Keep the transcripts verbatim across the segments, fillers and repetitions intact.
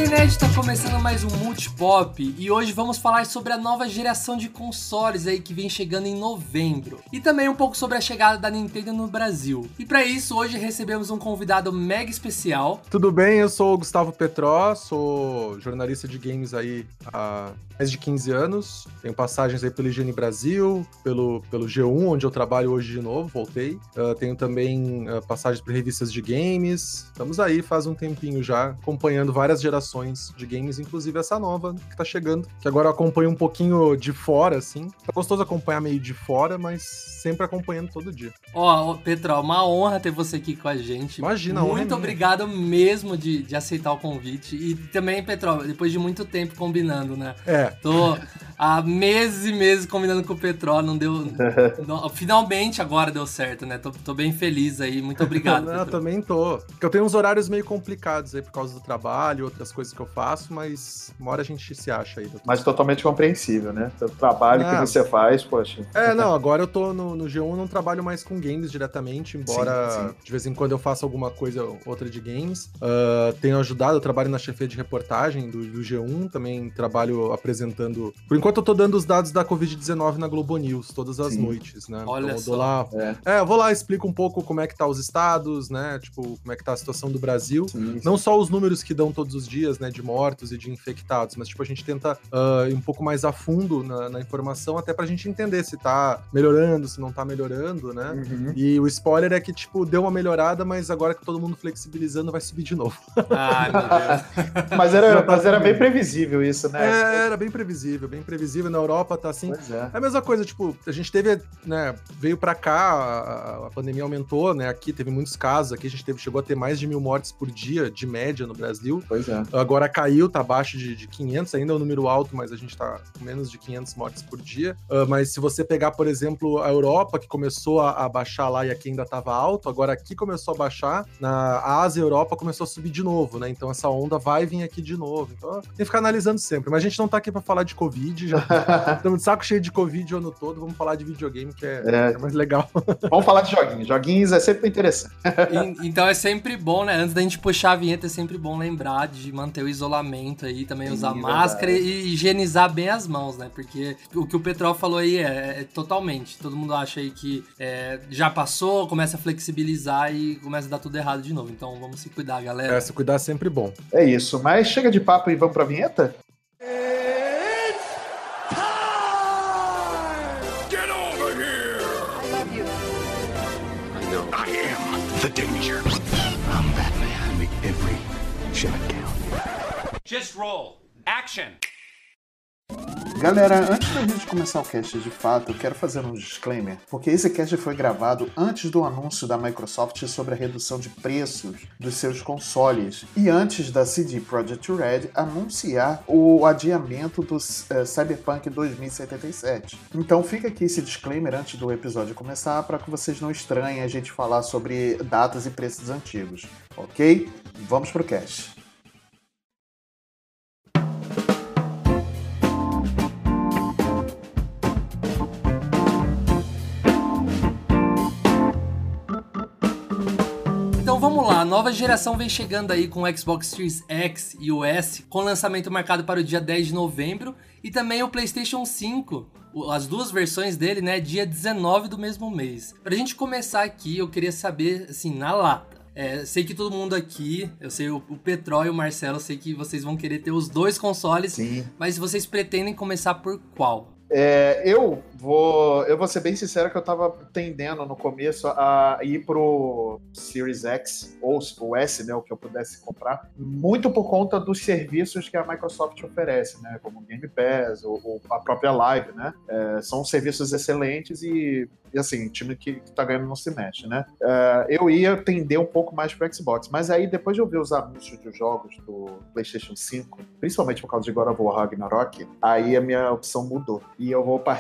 Jovem Nerd está começando mais um Multipop e hoje vamos falar sobre a nova geração de consoles aí que vem chegando em novembro e também um pouco sobre a chegada da Nintendo no Brasil. E para isso hoje recebemos um convidado mega especial. Tudo bem, eu sou o Gustavo Petró, sou jornalista de games aí há mais de quinze anos, tenho passagens aí pelo I G N Brasil, pelo, pelo G um, onde eu trabalho hoje de novo, voltei. Uh, tenho também uh, passagens por revistas de games, estamos aí faz um tempinho já, acompanhando várias gerações de games, inclusive essa nova que tá chegando, que agora eu acompanho um pouquinho de fora, assim. É gostoso acompanhar meio de fora, mas sempre acompanhando todo dia. Ó, oh, Petró, uma honra ter você aqui com a gente. Imagina, muito obrigado mesmo de, de aceitar o convite. E também, Petró, depois de muito tempo combinando, né? É. Tô há meses e meses combinando com o Petró, não deu... não, finalmente agora deu certo, né? Tô, tô bem feliz aí, muito obrigado. Não, eu também tô. Porque eu tenho uns horários meio complicados aí por causa do trabalho, outras coisas que eu faço, mas uma hora a gente se acha aí. Mas totalmente compreensível, né? O trabalho não. que você faz, poxa. É, não, agora eu tô no, no G um, não trabalho mais com games diretamente, embora sim, sim. de vez em quando eu faça alguma coisa outra de games. Uh, tenho ajudado, eu trabalho na chefia de reportagem do, do G um, também trabalho apresentando... Por enquanto eu tô dando os dados da covid dezenove na Globo News, todas as sim. noites, né? Olha então, eu só. dou lá... É. é, eu vou lá, explico um pouco como é que tá os estados, né? Tipo, como é que tá a situação do Brasil. Sim, sim. Não só os números que dão todos os dias, né? De mortos e de infectados, mas tipo, a gente tenta uh, ir um pouco mais a fundo na, na informação, até pra gente entender se tá melhorando, se não tá melhorando, né? Uhum. E o spoiler é que, tipo, deu uma melhorada, mas agora que todo mundo flexibilizando, vai subir de novo. Ai, meu Deus. mas era, mas era bem previsível isso, né? É, era bem previsível, bem previsível. Na Europa tá assim. Pois é. É a mesma coisa, tipo, a gente teve, né, veio pra cá, a, a pandemia aumentou, né, aqui teve muitos casos, aqui a gente teve, chegou a ter mais de mil mortes por dia, de média no Brasil. Pois é. Agora caiu, tá abaixo de, de quinhentos, ainda é um número alto, mas a gente tá com menos de quinhentas mortes por dia. Uh, mas se você pegar, por exemplo, a Europa, que começou a, a baixar lá e aqui ainda tava alto, agora aqui começou a baixar, na Ásia e Europa começou a subir de novo, né? Então essa onda vai vir aqui de novo. Então tem que ficar analisando sempre. Mas a gente não tá aqui pra falar de Covid, já estamos de saco cheio de Covid o ano todo, vamos falar de videogame, que é, é. é mais legal. Vamos falar de joguinhos. Joguinhos é sempre interessante. E, então é sempre bom, né? Antes da gente puxar a vinheta, é sempre bom lembrar de manter o isolamento aí, também Sim, usar verdade. máscara e higienizar bem as mãos, né? Porque o que o Petró falou aí é, é totalmente. Todo mundo acha aí que é, já passou, começa a flexibilizar e começa a dar tudo errado de novo. Então vamos se cuidar, galera. É, se cuidar é sempre bom. É isso, mas chega de papo e vamos pra vinheta? The danger. I'm Batman. Make every shot count. Just roll. Action. Galera, antes da gente começar o cast de fato, eu quero fazer um disclaimer, porque esse cast foi gravado antes do anúncio da Microsoft sobre a redução de preços dos seus consoles e antes da C D Projekt Red anunciar o adiamento do uh, Cyberpunk dois mil e setenta e sete. Então fica aqui esse disclaimer antes do episódio começar para que vocês não estranhem a gente falar sobre datas e preços antigos, ok? Vamos pro cast. Então vamos lá, a nova geração vem chegando aí com o Xbox Series X e o S, com lançamento marcado para o dia dez de novembro, e também o PlayStation cinco, as duas versões dele, né, dia dezenove do mesmo mês. Pra gente começar aqui, eu queria saber, assim, na lata, é, sei que todo mundo aqui, eu sei o, o Petró e o Marcelo, eu sei que vocês vão querer ter os dois consoles, Sim. mas vocês pretendem começar por qual? É, eu vou eu vou ser bem sincero que eu tava tendendo no começo a ir pro Series X ou o S, né, o que eu pudesse comprar, muito por conta dos serviços que a Microsoft oferece, né, como o Game Pass ou, ou a própria Live, né, é, são serviços excelentes e, e assim, time que, que tá ganhando não se mexe, né. É, eu ia tender um pouco mais pro Xbox, mas aí depois de eu ver os anúncios dos jogos do PlayStation cinco, principalmente por causa de God of War Ragnarok, aí a minha opção mudou. E eu vou partir pro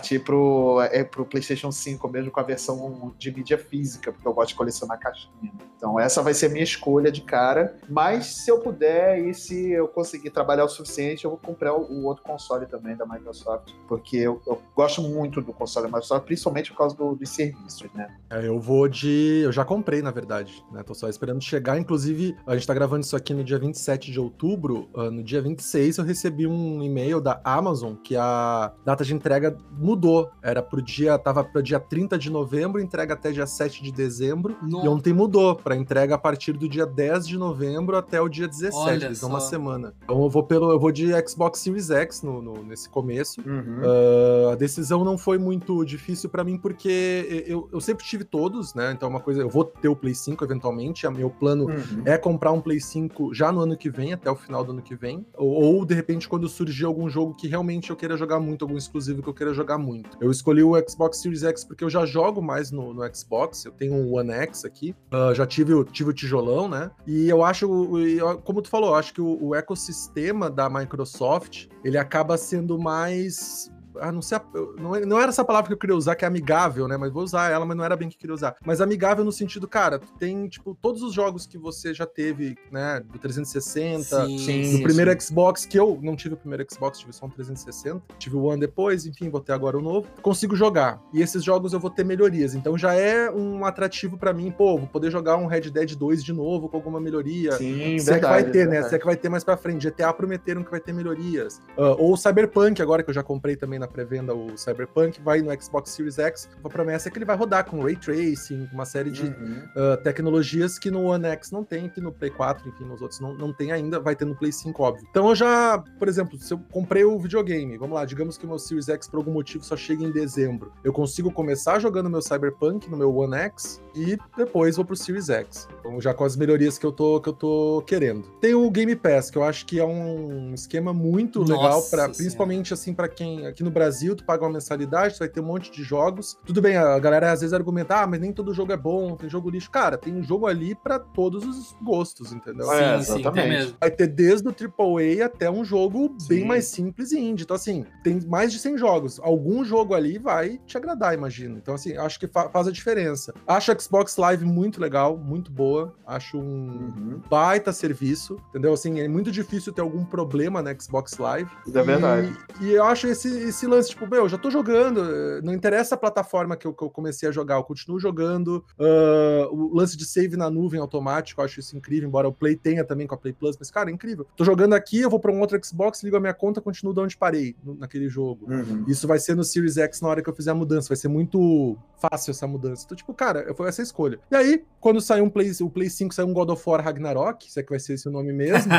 pro, é, pro PlayStation cinco mesmo, com a versão de mídia física, porque eu gosto de colecionar caixinha. Então essa vai ser a minha escolha de cara, mas se eu puder e se eu conseguir trabalhar o suficiente, eu vou comprar o, o outro console também da Microsoft, porque eu, eu gosto muito do console da Microsoft, principalmente por causa do, dos serviços, né? É, eu vou de... Eu já comprei, na verdade, né? Tô só esperando chegar. Inclusive, a gente tá gravando isso aqui no dia vinte e sete de outubro. Uh, no dia vinte e seis eu recebi um e-mail da Amazon que a data de entrega mudou. Era pro dia... Tava pro dia trinta de novembro, entrega até dia sete de dezembro. Nossa. E ontem mudou pra entrega a partir do dia dez de novembro até o dia dezessete. Olha, eles dão uma semana. Então eu vou pelo... Eu vou de Xbox Series X no, no, nesse começo. Uhum. Uh, a decisão não foi muito difícil pra mim, porque eu, eu sempre tive todos, né? Então é uma coisa... Eu vou ter o Play cinco eventualmente. O meu plano uhum. é comprar um Play cinco já no ano que vem, até o final do ano que vem. Ou, ou, de repente, quando surgir algum jogo que realmente eu queira jogar muito, algum exclusivo que eu queira jogar muito. Eu escolhi o Xbox Series X porque eu já jogo mais no, no Xbox. Eu tenho um One X aqui. Uh, já tive o, tive o tijolão, né? E eu acho, como tu falou, eu acho que o, o ecossistema da Microsoft, ele acaba sendo mais... Ah, não sei, não, não era essa palavra que eu queria usar, que é amigável, né? Mas vou usar ela, mas não era bem que eu queria usar. Mas amigável no sentido, cara, tem, tipo, todos os jogos que você já teve, né? Do trezentos e sessenta, sim, do primeiro sim. Xbox, que eu não tive o primeiro Xbox, tive só um trezentos e sessenta. Tive o One depois, enfim, vou ter agora o novo. Consigo jogar. E esses jogos eu vou ter melhorias. Então já é um atrativo pra mim, pô, vou poder jogar um Red Dead dois de novo com alguma melhoria. Sim, se verdade, é que vai ter, verdade. né? Se é que vai ter mais pra frente. G T A prometeram que vai ter melhorias. Uh, ou Cyberpunk, agora que eu já comprei também na pré-venda o Cyberpunk, vai no Xbox Series X. A promessa é que ele vai rodar com Ray Tracing, uma série de uhum. uh, tecnologias que no One X não tem, que no Play quatro, enfim, nos outros não, não tem ainda, vai ter no Play cinco, óbvio. Então eu já, por exemplo, se eu comprei o videogame, vamos lá, digamos que o meu Series X por algum motivo só chega em dezembro, eu consigo começar jogando meu Cyberpunk no meu One X e depois vou pro Series X. Então já com as melhorias que eu tô, que eu tô querendo. Tem o Game Pass, que eu acho que é um esquema muito Nossa legal, pra, senhora. Principalmente assim para quem aqui no Brasil, tu paga uma mensalidade, tu vai ter um monte de jogos. Tudo bem, a galera às vezes argumenta, ah, mas nem todo jogo é bom, tem jogo lixo. Cara, tem um jogo ali pra todos os gostos, entendeu? É, sim, sim, tem mesmo. Vai ter desde o Triple A até um jogo sim. bem mais simples e indie. Então, assim, tem mais de cem jogos. Algum jogo ali vai te agradar, imagino. Então, assim, acho que fa- faz a diferença. Acho a Xbox Live muito legal, muito boa. Acho um uhum. baita serviço, entendeu? Assim, é muito difícil ter algum problema na Xbox Live. É verdade. E, e eu acho esse, esse lance, tipo, meu, eu já tô jogando, não interessa a plataforma que eu, que eu comecei a jogar, eu continuo jogando. Uh, o lance de save na nuvem automático, eu acho isso incrível, embora o Play tenha também com a Play Plus, mas, cara, é incrível. Tô jogando aqui, eu vou pra um outro Xbox, ligo a minha conta, continuo de onde parei no, naquele jogo. Uhum. Isso vai ser no Series X na hora que eu fizer a mudança, vai ser muito fácil essa mudança. Então, tipo, cara, foi essa a escolha. E aí, quando sair um Play, o Play cinco, sair um God of War Ragnarok, se é que vai ser esse o nome mesmo,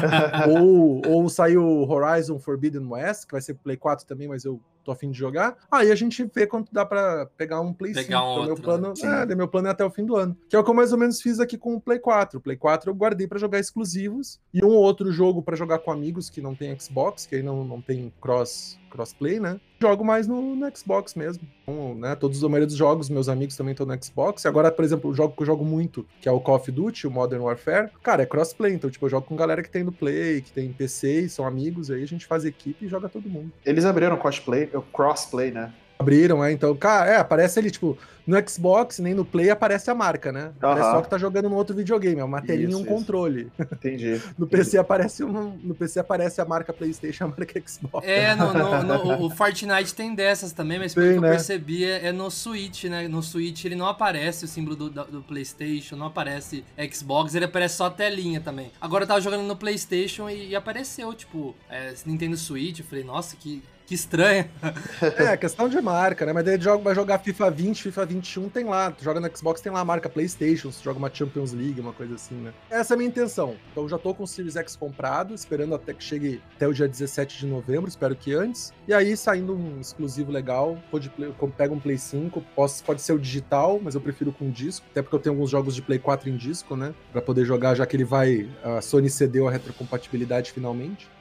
ou, ou sair o Horizon Forbidden West, que vai ser pro Play quatro também, mas eu tô a fim de jogar, aí a gente vê quanto dá pra pegar um Play pegar cinco. Um então, outro, meu plano, né? é, meu plano é até o fim do ano. Que é o que eu mais ou menos fiz aqui com o Play quatro. O Play quatro eu guardei pra jogar exclusivos e um outro jogo pra jogar com amigos que não tem Xbox, que aí não, não tem cross, crossplay, né? Jogo mais no, no Xbox mesmo. Então, né, todos, a maioria dos jogos, meus amigos também estão no Xbox. E agora, por exemplo, o jogo que eu jogo muito, que é o Call of Duty, o Modern Warfare, cara, é crossplay. Então, tipo, eu jogo com galera que tem no Play, que tem P C, e são amigos, aí a gente faz equipe e joga todo mundo. Eles abriram cosplay, o crossplay, né? Abriram, é, então, cara, é, aparece ali, tipo, no Xbox, nem no Play aparece a marca, né? Parece Aham. só que tá jogando no outro videogame, é uma telinha e um Isso, controle. Entendi. No P C aparece um, no P C aparece a marca PlayStation, a marca Xbox. É, no, no, no- o Fortnite tem dessas também, mas pelo Tem, que eu né? percebi é, é no Switch, né? No Switch ele não aparece o símbolo do, do- do PlayStation, não aparece Xbox, ele aparece só a telinha também. Agora eu tava jogando no PlayStation e, e apareceu, tipo, é, Nintendo Switch, eu falei, nossa, que, que estranho. É, questão de marca, né? Mas daí joga, vai jogar FIFA vinte, FIFA vinte e um tem lá. Tu joga no Xbox, tem lá a marca PlayStation, se joga uma Champions League, uma coisa assim, né? Essa é a minha intenção. Então eu já tô com o Series X comprado, esperando até que chegue até o dia dezessete de novembro, espero que antes. E aí, saindo um exclusivo legal, pode play, pega um Play cinco, posso, pode ser o digital, mas eu prefiro com disco, até porque eu tenho alguns jogos de Play quatro em disco, né? Pra poder jogar, já que ele vai... A Sony cedeu a retrocompatibilidade finalmente.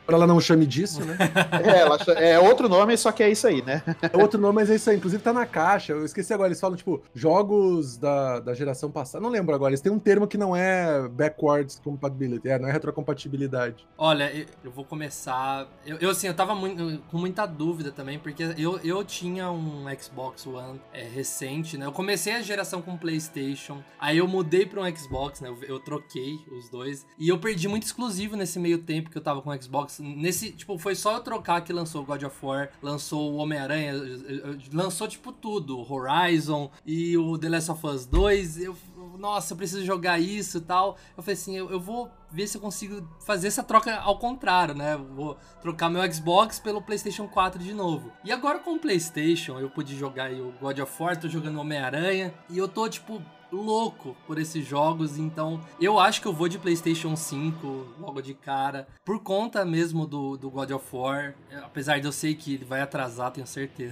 Pra ela não chame disso, né? É, ela, é outro nome, só que é isso aí, né? É outro nome, mas é isso aí. Inclusive tá na caixa. Eu esqueci agora. Eles falam, tipo, jogos da, da geração passada. Não lembro agora. Eles têm um termo que não é backwards compatibility. É, não é retrocompatibilidade. Olha, eu, eu vou começar... Eu, eu, assim, eu tava muito, com muita dúvida também, porque eu, eu tinha um Xbox One é, recente, né? Eu comecei a geração com PlayStation, aí eu mudei pra um Xbox, né? Eu, eu troquei os dois. E eu perdi muito exclusivo nesse meio tempo que eu tava com o Xbox. Nesse, tipo, foi só eu trocar que lançou God of War, lançou o Homem-Aranha, lançou, tipo, tudo. Horizon e o The Last of Us dois. Eu, nossa, eu preciso jogar isso e tal. Eu falei assim, eu, eu vou ver se eu consigo fazer essa troca ao contrário, né? Eu vou trocar meu Xbox pelo PlayStation quatro de novo. E agora com o PlayStation, eu pude jogar aí o God of War, tô jogando o Homem-Aranha. E eu tô, tipo... louco por esses jogos, então eu acho que eu vou de PlayStation cinco logo de cara, por conta mesmo do, do God of War, apesar de eu sei que ele vai atrasar, tenho certeza.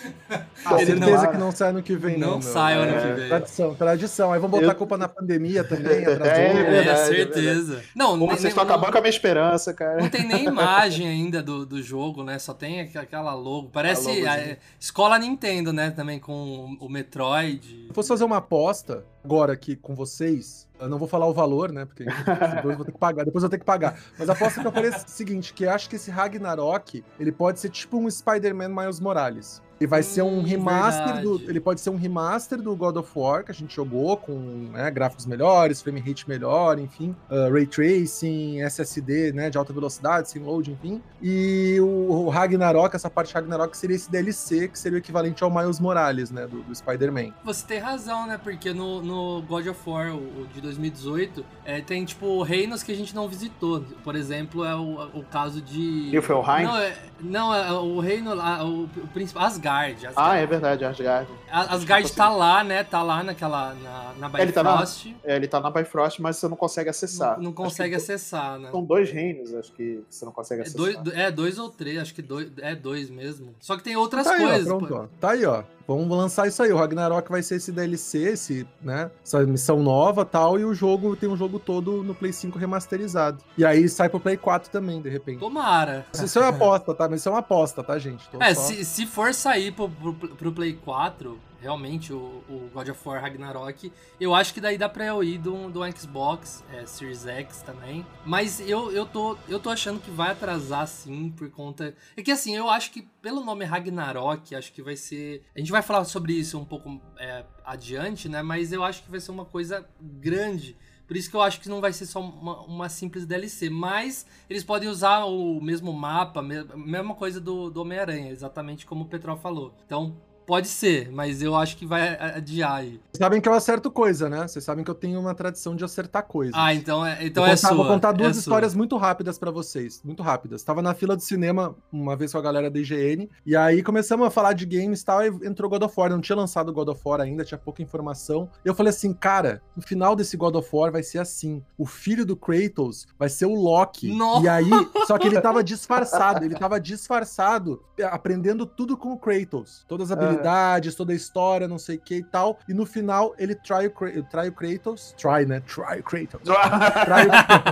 Ah, Ele certeza não, que não sai ano que vem, não. não sai ano é, que vem. Tradição, tradição. Aí vão botar Eu... a culpa na pandemia também, atrasou. É, É, verdade, certeza. É não, Pô, nem, vocês estão nem, acabando não, com a minha esperança, cara. não tem nem imagem ainda do, do jogo, né? Só tem aquela logo. Parece a a escola Nintendo, né? Também com o Metroid. Se eu fosse fazer uma aposta agora aqui com vocês, eu não vou falar o valor, né? Porque depois eu vou ter que pagar. Depois eu vou ter que pagar. Mas a aposta que eu falei é o seguinte, que eu acho que esse Ragnarok, ele pode ser tipo um Spider-Man Miles Morales. Ele vai hum, ser um remaster verdade. do. Ele pode ser um remaster do God of War, que a gente jogou com né, gráficos melhores, frame rate melhor, enfim, uh, Ray Tracing, S S D, né, de alta velocidade, sem load, enfim. E o, o Ragnarok, essa parte Ragnarok, seria esse D L C, que seria o equivalente ao Miles Morales, né, do, do Spider-Man. Você tem razão, né? Porque no, no God of War, o, o de dois mil e dezoito, é, tem, tipo, reinos que a gente não visitou. Por exemplo, é o, o caso de... Niflheim? Não, é, não, é o reino lá, o, o príncipe Asgard. Asgard. Ah, é verdade, Asgard. Asgard tá lá, né? Tá lá naquela, na, na Bifrost. Ele tá na, é, ele tá na Bifrost, mas você não consegue acessar. Não, não consegue acessar, né? São dois reinos, acho que você não consegue é acessar. Dois, é, dois ou três, acho que dois, é dois mesmo. Só que tem outras tá aí, coisas. Ó, pronto, ó. Tá aí, ó. Vamos lançar isso aí. O Ragnarok vai ser esse D L C, esse, né? Essa missão nova e tal. E o jogo tem um jogo todo no Play cinco remasterizado. E aí sai pro Play quatro também, de repente. Tomara. Isso é uma aposta, tá? Mas isso é uma aposta, tá, gente? Tô é, só... se, se for sair pro, pro, pro Play quatro, realmente, o, o God of War Ragnarok, eu acho que daí dá pra eu ir do, do Xbox, é, Series X também. Mas eu, eu, tô, eu tô achando que vai atrasar, sim, por conta... É que, assim, eu acho que pelo nome Ragnarok, acho que vai ser... A gente vai falar sobre isso um pouco é, adiante, né? Mas eu acho que vai ser uma coisa grande. Por isso que eu acho que não vai ser só uma, uma simples D L C. Mas eles podem usar o mesmo mapa, a mesma coisa do, do Homem-Aranha, exatamente como o Petrol falou. Então... Pode ser, mas eu acho que vai adiar aí. Vocês sabem que eu acerto coisa, né? Vocês sabem que eu tenho uma tradição de acertar coisas. Ah, então é, então vou é contar, sua. Vou contar duas é histórias sua. muito rápidas pra vocês. Muito rápidas. Tava na fila do cinema uma vez com a galera da I G N. E aí começamos a falar de games e tal. E entrou God of War. Não tinha lançado God of War ainda, tinha pouca informação. E eu falei assim, cara, no final desse God of War vai ser assim. O filho do Kratos vai ser o Loki. Nossa. E aí, só que ele tava disfarçado. Ele tava disfarçado, aprendendo tudo com o Kratos. Todas as habilidades, toda a história, não sei o que e tal. E no final, ele trai o, Kra- trai o Kratos. Try, né? Try o Kratos. Trai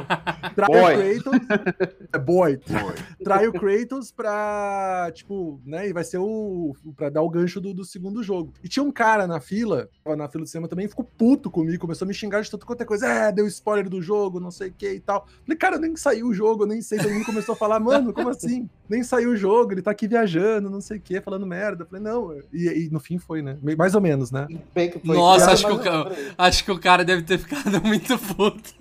o, trai o Kratos. É boy. boy. Trai o Kratos pra, tipo, né? E vai ser o... pra dar o gancho do, do segundo jogo. E tinha um cara na fila, na fila do cinema também, ficou puto comigo, começou a me xingar de tudo quanto é coisa. É, deu spoiler do jogo, não sei o que e tal. Falei, cara, nem saiu o jogo, eu nem sei. Todo mundo começou a falar, mano, como assim? Nem saiu o jogo, ele tá aqui viajando, não sei o que, falando merda. Falei, não. E, e no fim foi, né? Mais ou menos, né? Nossa, acho que, o, acho que o cara deve ter ficado muito puto.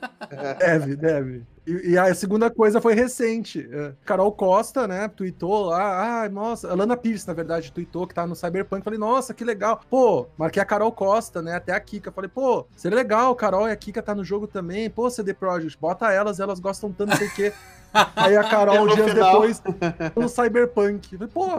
Deve, deve. E, e a segunda coisa foi recente. Carol Costa, né, tweetou lá, ah, nossa, a Lana Pierce, na verdade, tweetou que tava no Cyberpunk. Falei, nossa, que legal. Pô, marquei a Carol Costa, né, até a Kika. Falei, pô, seria legal, Carol e a Kika tá no jogo também. Pô, C D Projekt, bota elas, elas gostam tanto, não sei o quê. Aí a Carol, dias final... depois, no Cyberpunk. Falei, pô,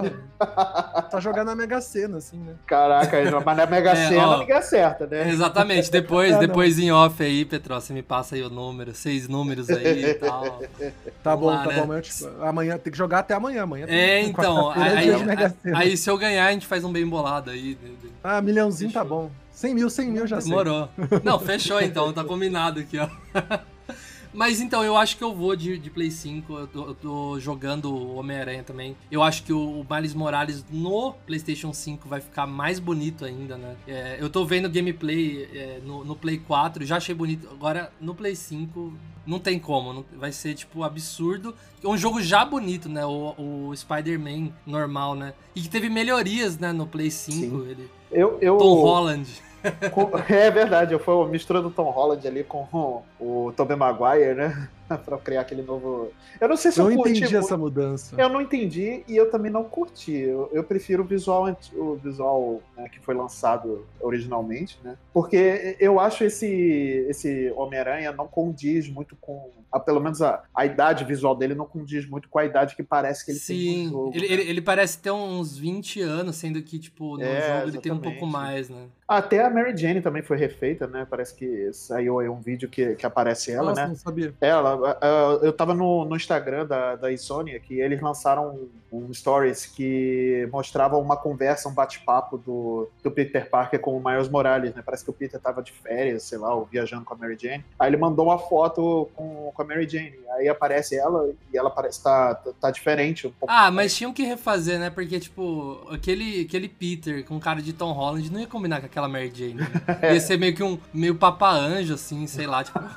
tá jogando na Mega Sena, assim, né? Caraca, mas na Mega é, Sena ó, ninguém acerta, né? Exatamente. Depois, é, depois em off aí, Petro, você me passa aí o número, seis números aí e tal. Tá Vamos bom, lá, tá né? bom. Amanhã, tipo, amanhã tem que jogar até amanhã. amanhã é, tem, então. Aí, aí, aí, aí se eu ganhar, a gente faz um bem bolado aí. Ah, milhãozinho Fechou. tá bom. cem mil, cem mil já sei. Demorou. Não, fechou então, tá combinado aqui, ó. Mas então, eu acho que eu vou de, de Play cinco, eu tô, eu tô jogando o Homem-Aranha também. Eu acho que o, o Miles Morales no PlayStation cinco vai ficar mais bonito ainda, né? É, eu tô vendo gameplay é, no, no Play quatro, já achei bonito. Agora, no Play cinco, não tem como, não, vai ser, tipo, absurdo. É um jogo já bonito, né? O, o Spider-Man normal, né? E que teve melhorias, né, no Play cinco. Ele... Eu, eu... Tom Holland. É verdade, eu fui uma mistura do Tom Holland ali com o, o Tobey Maguire, né? Pra criar aquele novo... Eu não sei se eu eu não curti entendi muito. essa mudança. Eu não entendi e eu também não curti. Eu, eu prefiro o visual, o visual né, que foi lançado originalmente, né? Porque eu acho esse, esse Homem-Aranha não condiz muito com... A, pelo menos a, a idade visual dele não condiz muito com a idade que parece que ele Sim, tem no jogo. Ele, né? ele, ele parece ter uns vinte anos, sendo que, tipo, no É, jogo ele tem um exatamente. pouco mais, né? Até a Mary Jane também foi refeita, né? Parece que saiu aí um vídeo que, que aparece ela, Nossa, né? não sabia. Ela, eu tava no, no Instagram da, da Insomnia que eles lançaram um, um stories que mostrava uma conversa, um bate-papo do, do Peter Parker com o Miles Morales, né? Parece que o Peter tava de férias, sei lá, ou viajando com a Mary Jane. Aí ele mandou uma foto com, com a Mary Jane. Aí aparece ela e ela parece tá, tá, tá diferente um pouco. Ah, mas tinham que refazer, né? Porque, tipo, aquele, aquele Peter com cara de Tom Holland não ia combinar com aquela Mary Jane, né? Ia ser meio que um meio papa-anjo, assim, sei lá, tipo...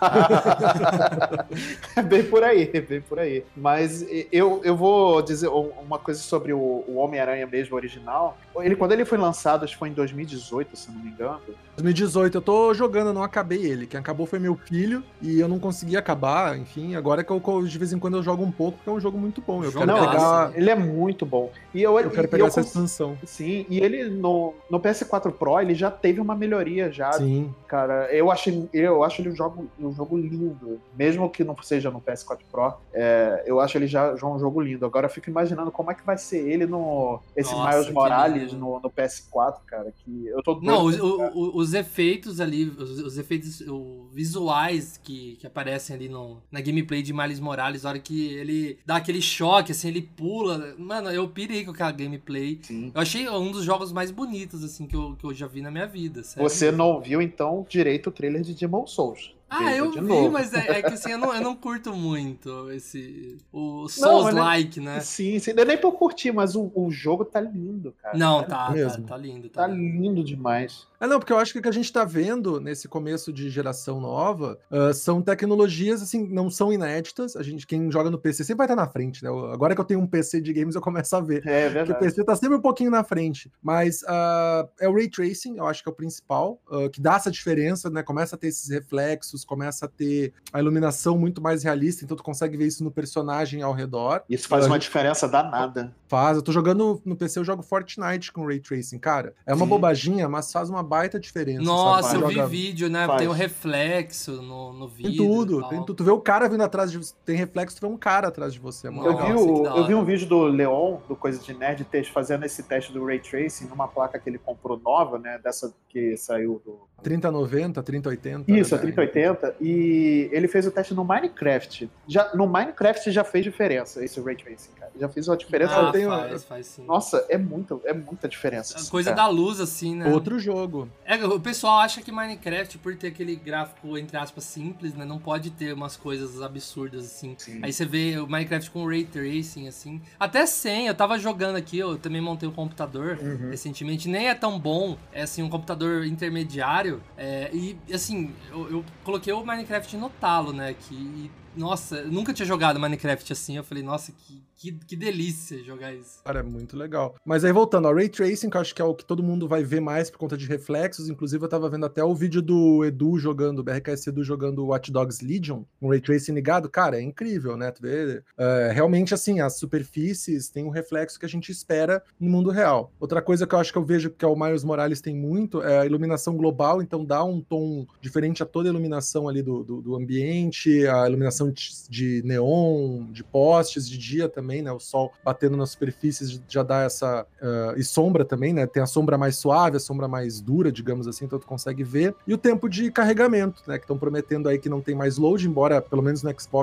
É bem por aí, é bem por aí. Mas eu, eu vou dizer uma coisa sobre o, o Homem-Aranha mesmo, original. Ele, quando ele foi lançado, acho que foi em dois mil e dezoito, se não me engano. dois mil e dezoito, eu tô jogando, eu não acabei ele. Quem acabou foi meu filho e eu não consegui acabar, enfim. Agora que eu, de vez em quando eu jogo um pouco, porque é um jogo muito bom. Eu quero Não, pegar... ele é muito bom. E eu, eu quero e pegar eu essa cons... expansão. Sim, e ele no, no P S quatro Pro, ele já teve uma melhoria já. Sim. Cara, eu acho, eu acho ele um jogo, um jogo lindo. Mesmo que não seja no P S quatro Pro, é, eu acho ele já, já um jogo lindo. Agora eu fico imaginando como é que vai ser ele no... Esse Nossa, Miles Morales lindo. no, no P S quatro, cara, que eu tô doido. Não, os, o, o, os efeitos ali, os, os efeitos o, visuais que, que aparecem ali no, na gameplay de Miles Morales, na hora que ele dá aquele choque, assim, ele pula. Mano, eu pirei com aquela gameplay. Sim. Eu achei um dos jogos mais bonitos, assim, que eu, que eu já vi na minha vida, sério. Você não viu, então, direito o trailer de Demon Souls. Ah, Veja eu de vi, novo. mas é, é que assim, eu não, eu não curto muito esse... O Não, Souls-like, né? Sim, sim. Não é nem pra eu curtir, mas o, o jogo tá lindo, cara. Não, tá, tá, tá, mesmo. tá lindo. Tá, tá lindo. lindo demais. Ah, não, porque eu acho que o que a gente tá vendo nesse começo de geração nova uh, são tecnologias, assim, não são inéditas. A gente, quem joga no P C sempre vai estar na frente, né? Agora que eu tenho um P C de games, eu começo a ver. É Porque o verdade. P C tá sempre um pouquinho na frente. Mas uh, é o Ray Tracing, eu acho que é o principal, uh, que dá essa diferença, né? Começa a ter esses reflexos, começa a ter a iluminação muito mais realista, então tu consegue ver isso no personagem ao redor. Isso faz Uh, uma diferença danada. Faz, eu tô jogando no P C, eu jogo Fortnite com Ray Tracing, cara. É uma Sim. bobaginha, mas faz uma baita diferença. Nossa, sabe? eu Joga... vi vídeo, né? Faz. Tem o reflexo no, no vídeo. Tem tudo, tem tudo. Tu vê o cara vindo atrás de você, tem reflexo, tu vê um cara atrás de você. É muito Eu Nossa, vi, legal. que o, da eu vi hora. um vídeo do Leon, do Coisa de Nerd, teste- fazendo esse teste do Ray Tracing numa placa que ele comprou nova, né? Dessa que saiu do. trinta noventa, trinta oitenta. Isso, a né? trinta oitenta. E ele fez o teste no Minecraft. Já, no Minecraft já fez diferença esse Ray Tracing, cara. Já fez uma diferença. Ah, eu tenho- faz, faz sim. Nossa, é, muito, é muita diferença. A assim, coisa cara. da luz, assim, né? Outro jogo. É, o pessoal acha que Minecraft, por ter aquele gráfico, entre aspas, simples, né? Não pode ter umas coisas absurdas, assim. Sim. Aí você vê o Minecraft com Ray Tracing, assim. Até sem, eu tava jogando aqui, eu também montei um computador Uhum. recentemente. Nem é tão bom, é assim, um computador intermediário. É, e, assim, eu, eu coloquei o Minecraft no talo, né? Que, nossa, eu nunca tinha jogado Minecraft assim. Eu falei, nossa, que, que, que delícia jogar isso. Cara, é muito legal. Mas aí voltando ao Ray Tracing, que eu acho que é o que todo mundo vai ver mais por conta de reflexos. Inclusive eu tava vendo até o vídeo do Edu jogando, o B R K S Edu jogando Watch Dogs Legion, com o Ray Tracing ligado. Cara, é incrível, né? Tu vê, é, realmente assim, as superfícies têm um reflexo que a gente espera no mundo real. Outra coisa que eu acho que eu vejo que é o Miles Morales tem muito é a iluminação global, então dá um tom diferente a toda a iluminação ali do, do, do ambiente, a iluminação de, de neon, de postes, de dia também, né? O sol batendo nas superfícies já dá essa... Uh, e sombra também, né? Tem a sombra mais suave, a sombra mais dura, digamos assim, então tu consegue ver. E o tempo de carregamento, né? Que estão prometendo aí que não tem mais load, embora pelo menos no Xbox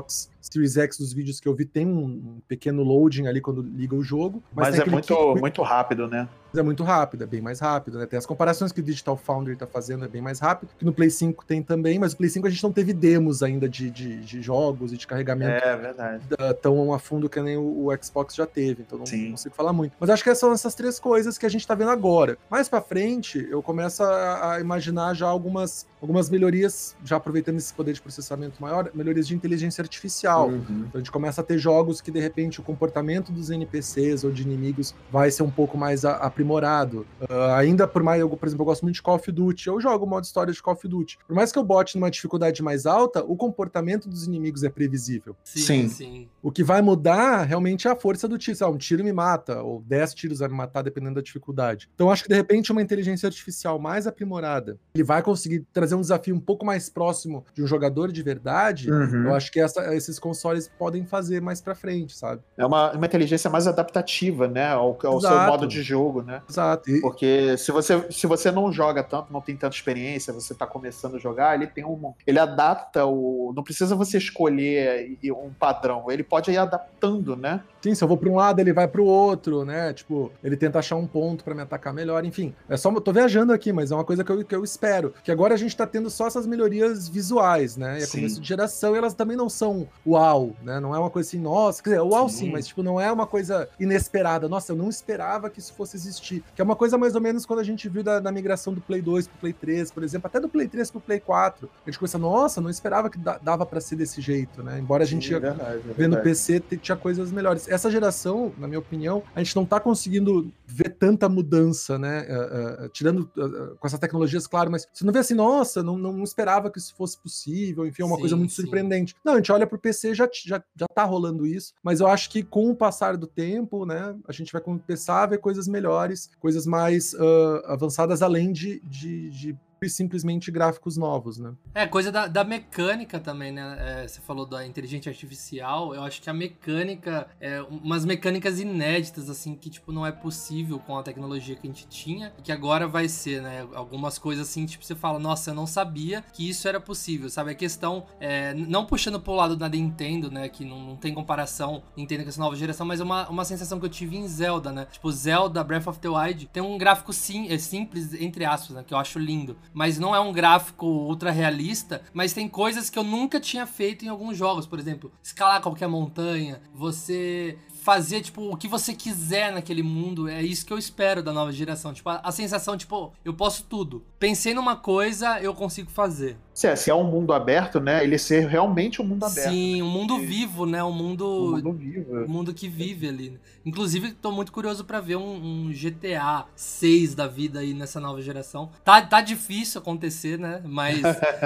Series X dos vídeos que eu vi tem um, um pequeno loading ali quando liga o jogo. Mas, mas é muito, kick... muito rápido, né? É muito rápido, é bem mais rápido, né? Tem as comparações que o Digital Foundry tá fazendo, é bem mais rápido, que no Play cinco tem também, mas o Play cinco a gente não teve demos ainda de, de, de jogos e de carregamento é, verdade. tão a fundo que nem o, o Xbox já teve, então não, Sim. não consigo falar muito. Mas acho que são essas três coisas que a gente tá vendo agora. Mais pra frente, eu começo a, a imaginar já algumas, algumas melhorias, já aproveitando esse poder de processamento maior, melhorias de inteligência artificial. Uhum. Então a gente começa a ter jogos que, de repente, o comportamento dos N P Cs ou de inimigos vai ser um pouco mais a, aprimorado. Uh, ainda por mais, eu, por exemplo, eu gosto muito de Call of Duty, eu jogo o modo história de Call of Duty. Por mais que eu bote numa dificuldade mais alta, o comportamento dos inimigos é previsível. Sim, sim. sim. O que vai mudar realmente é a força do tiro. Ah, um tiro me mata, ou dez tiros vai me matar, dependendo da dificuldade. Então acho que, de repente, uma inteligência artificial mais aprimorada, ele vai conseguir trazer um desafio um pouco mais próximo de um jogador de verdade. Uhum. Eu acho que essa, esses consoles podem fazer mais pra frente, sabe? É uma, uma inteligência mais adaptativa, né, ao, ao seu modo de jogo, né? Exato. E... Porque se você, se você não joga tanto, não tem tanta experiência, você tá começando a jogar, ele tem um... Ele adapta o... Não precisa você escolher um padrão, ele pode ir adaptando, né? Sim, se eu vou pra um lado, ele vai pro outro, né? Tipo, ele tenta achar um ponto pra me atacar melhor, enfim. É só... Eu tô viajando aqui, mas é uma coisa que eu, que eu espero. Que agora a gente tá tendo só essas melhorias visuais, né? E é começo de geração, e elas também não são uau, né? Não é uma coisa assim, nossa... Quer dizer, uau sim. sim, mas tipo, não é uma coisa inesperada. Nossa, eu não esperava que isso fosse existir. Que é uma coisa mais ou menos quando a gente viu da, da migração do Play dois pro Play três, por exemplo, até do Play três pro Play quatro. A gente começa, nossa, não esperava que dava pra ser desse jeito, né? Embora a gente, sim, é verdade, é vendo o P C, tinha coisas melhores. Essa geração, na minha opinião, a gente não tá conseguindo ver tanta mudança, né? Uh, uh, tirando uh, com essas tecnologias, claro, mas você não vê assim, nossa, não, não esperava que isso fosse possível, enfim, é uma sim, coisa muito sim. surpreendente. Não, a gente olha pro P C, já, já, já tá rolando isso, mas eu acho que com o passar do tempo, né, a gente vai começar a ver coisas melhores, coisas mais uh, avançadas, além de, de, de simplesmente gráficos novos, né? É, coisa da, da mecânica também, né? É, você falou da inteligência artificial, eu acho que a mecânica, é, umas mecânicas inéditas, assim, que, tipo, não é possível com a tecnologia que a gente tinha, e que agora vai ser, né? Algumas coisas, assim, tipo, você fala, nossa, eu não sabia que isso era possível, sabe? A questão, é, não puxando pro lado da Nintendo, né? Que não, não tem comparação Nintendo com essa nova geração, mas uma, uma sensação que eu tive em Zelda, né? Tipo, Zelda Breath of the Wild tem um gráfico sim, é simples, entre aspas, né? Que eu acho lindo. Mas não é um gráfico ultra realista, mas tem coisas que eu nunca tinha feito em alguns jogos, por exemplo, escalar qualquer montanha, você fazer, tipo, o que você quiser naquele mundo, é isso que eu espero da nova geração, tipo, a, a sensação, tipo, eu posso tudo. Pensei numa coisa, eu consigo fazer. Se é, se é um mundo aberto, né, ele ser realmente um mundo aberto. Sim, um mundo vivo, né, um mundo... Um mundo vivo. Um mundo que vive ali. Inclusive, tô muito curioso pra ver um, um G T A seis da vida aí nessa nova geração. Tá, tá difícil acontecer, né, mas...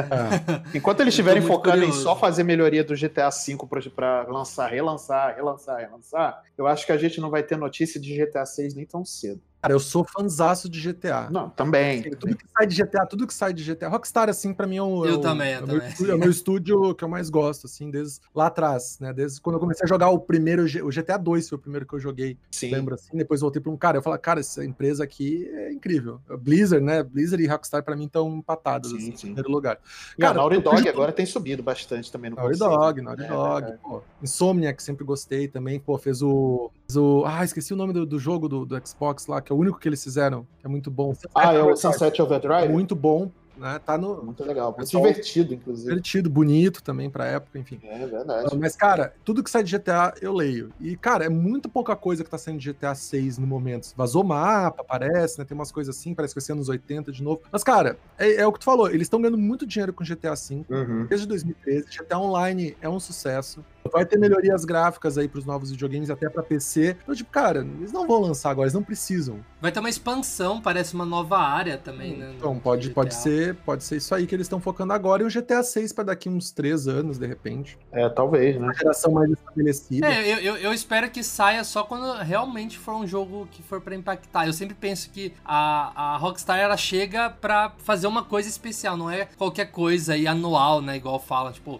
Enquanto eles estiverem focando curioso. em só fazer melhoria do G T A cinco pra, pra lançar, relançar, relançar, relançar, eu acho que a gente não vai ter notícia de G T A seis nem tão cedo. Cara, eu sou fanzaço de G T A. Não, também. Assim, tudo que sai de G T A, tudo que sai de G T A. Rockstar, assim, pra mim é o... Eu é o, também, eu é o também. Meu estúdio, é o meu estúdio que eu mais gosto, assim, desde lá atrás, né? Desde quando eu comecei a jogar o primeiro... O G T A dois foi o primeiro que eu joguei. Sim. Lembro, assim. Depois voltei pra um cara. Eu falei, cara, essa empresa aqui é incrível. Blizzard, né? Blizzard e Rockstar, pra mim, estão empatados, sim, assim, sim. em primeiro lugar. E cara, a Naughty Dog agora tem subido bastante também no Naughty Dog, Naughty Dog. É, pô. Insomniac, sempre gostei também. Pô, fez o... Fez o ah, esqueci o nome do, do jogo do, do Xbox lá, que é o único que eles fizeram. Que é muito bom. Ah, é o Sunset Overdrive? Muito bom, né? Tá no... Muito legal, muito divertido, inclusive. Divertido, bonito também pra época, enfim. É verdade. Mas, cara, tudo que sai de G T A, eu leio. E, cara, é muito pouca coisa que tá saindo de G T A seis no momento. Vazou mapa, parece, né? Tem umas coisas assim, parece que vai ser anos oitenta de novo. Mas, cara, é, é o que tu falou, eles estão ganhando muito dinheiro com G T A cinco. Uhum. Desde dois mil e treze, G T A Online é um sucesso. Vai ter melhorias gráficas aí pros novos videogames, até pra P C. Então, tipo, cara, eles não vão lançar agora, eles não precisam. Vai ter uma expansão, parece uma nova área também, né? Então, pode, pode, ser, pode ser isso aí que eles estão focando agora. E o G T A seis pra daqui uns três anos, de repente. É, talvez, né? Uma geração mais estabelecida. É, eu, eu, eu espero que saia só quando realmente for um jogo que for pra impactar. Eu sempre penso que a, a Rockstar, ela chega pra fazer uma coisa especial, não é qualquer coisa aí anual, né? Igual fala, tipo... Sim.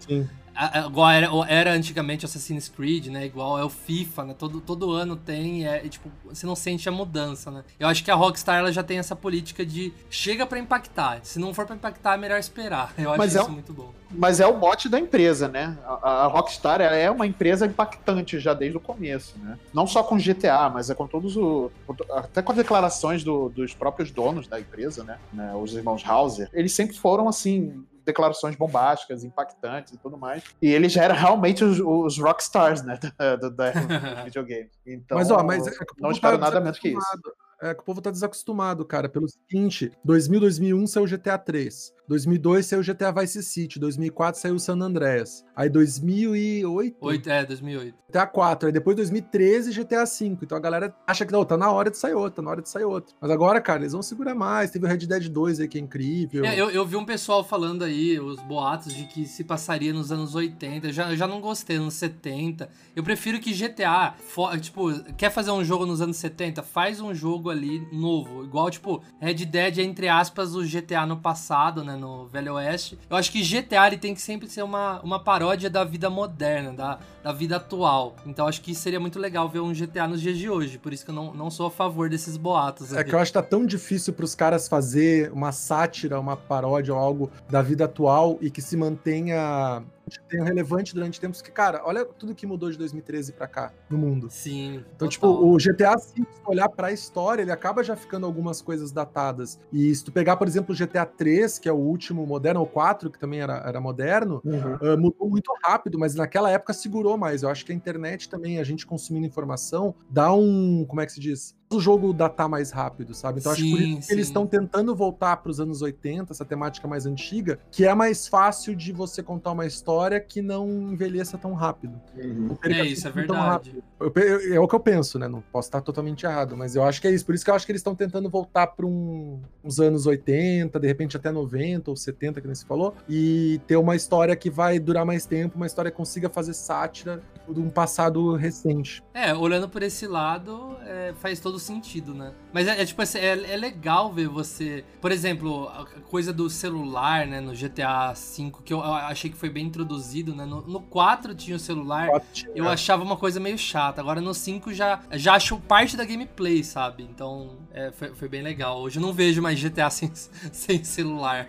a- a- igual era, era antigamente Assassin's Creed, né? Igual é o FIFA, né? Todo, todo ano tem, é, e, tipo, você não sente a mudança, né? Eu acho que a Rockstar, ela já tem essa política de chega pra impactar. Se não for pra impactar, é melhor esperar. Eu acho Mas é isso um- muito bom. Mas é o mote da empresa, né? A, a Rockstar ela é uma empresa impactante já desde o começo, né? Não só com G T A, mas é com todos os... Até com as declarações do- dos próprios donos da empresa, né? né? Os irmãos Hauser. Eles sempre foram, assim... declarações bombásticas, impactantes e tudo mais. E ele já era realmente os, os rockstars, né, do, do, do videogame. Então, Mas, ó, mas é que o não povo espero tá nada menos que isso. desacostumado. É que o povo tá desacostumado, cara, pelo seguinte, dois mil, dois mil e um saiu o G T A três, dois mil e dois saiu o G T A Vice City, dois mil e quatro saiu o San Andreas, aí dois mil e oito... Oito, é, dois mil e oito. G T A quatro, aí depois dois mil e treze G T A cinco. Então a galera acha que não, tá na hora de sair outro, tá na hora de sair outro. Mas agora, cara, eles vão segurar mais. Teve o Red Dead dois aí que é incrível. É, eu, eu vi um pessoal falando aí, os boatos de que se passaria nos anos oitenta. Eu já, eu já não gostei, nos setenta. Eu prefiro que G T A, fo- tipo, quer fazer um jogo nos anos setenta? Faz um jogo ali novo. Igual, tipo, Red Dead é, entre aspas, o G T A no passado, né, no Velho Oeste. Eu acho que G T A ele tem que sempre ser uma, uma paródia da vida moderna, da, da vida atual. Então acho que seria muito legal ver um G T A nos dias de hoje. Por isso que eu não, não sou a favor desses boatos. É aí. que eu acho que tá tão difícil pros caras fazer uma sátira, uma paródia ou algo da vida atual e que se mantenha, tenha relevante durante tempos. Que, cara, olha tudo que mudou de dois mil e treze pra cá no mundo. Sim. Então, total. tipo, o G T A cinco, se tu olhar pra história, ele acaba já ficando algumas coisas datadas. E se tu pegar, por exemplo, o G T A três, que é o último moderno, ou quatro, que também era, era moderno, Uhum. uh, mudou muito rápido, mas naquela época segurou mais. Eu acho que a internet também, a gente consumindo informação, dá um, como é que se diz? O jogo datar mais rápido, sabe? Então acho que por Sim, isso que eles sim. estão tentando voltar para os anos oitenta, essa temática mais antiga, que é mais fácil de você contar uma história que não envelheça tão rápido. Não perca É, isso é tempo tão verdade. rápido. Eu pe- eu- é o que eu penso, né? Não posso estar totalmente errado, mas eu acho que é isso. Por isso que eu acho que eles estão tentando voltar para um, uns anos oitenta, de repente até noventa ou setenta, que nem se falou, e ter uma história que vai durar mais tempo, uma história que consiga fazer sátira de um passado recente. É, olhando por esse lado, é, faz todo sentido, né? Mas é, é tipo assim, é, é legal ver você... Por exemplo, a coisa do celular, né, no G T A cinco, que eu achei que foi bem introduzido, né? No, no quatro tinha o celular, eu achava uma coisa meio chata. Agora no cinco já, já acho parte da gameplay, sabe? Então, é, foi, foi bem legal. Hoje eu não vejo mais G T A sem, sem celular.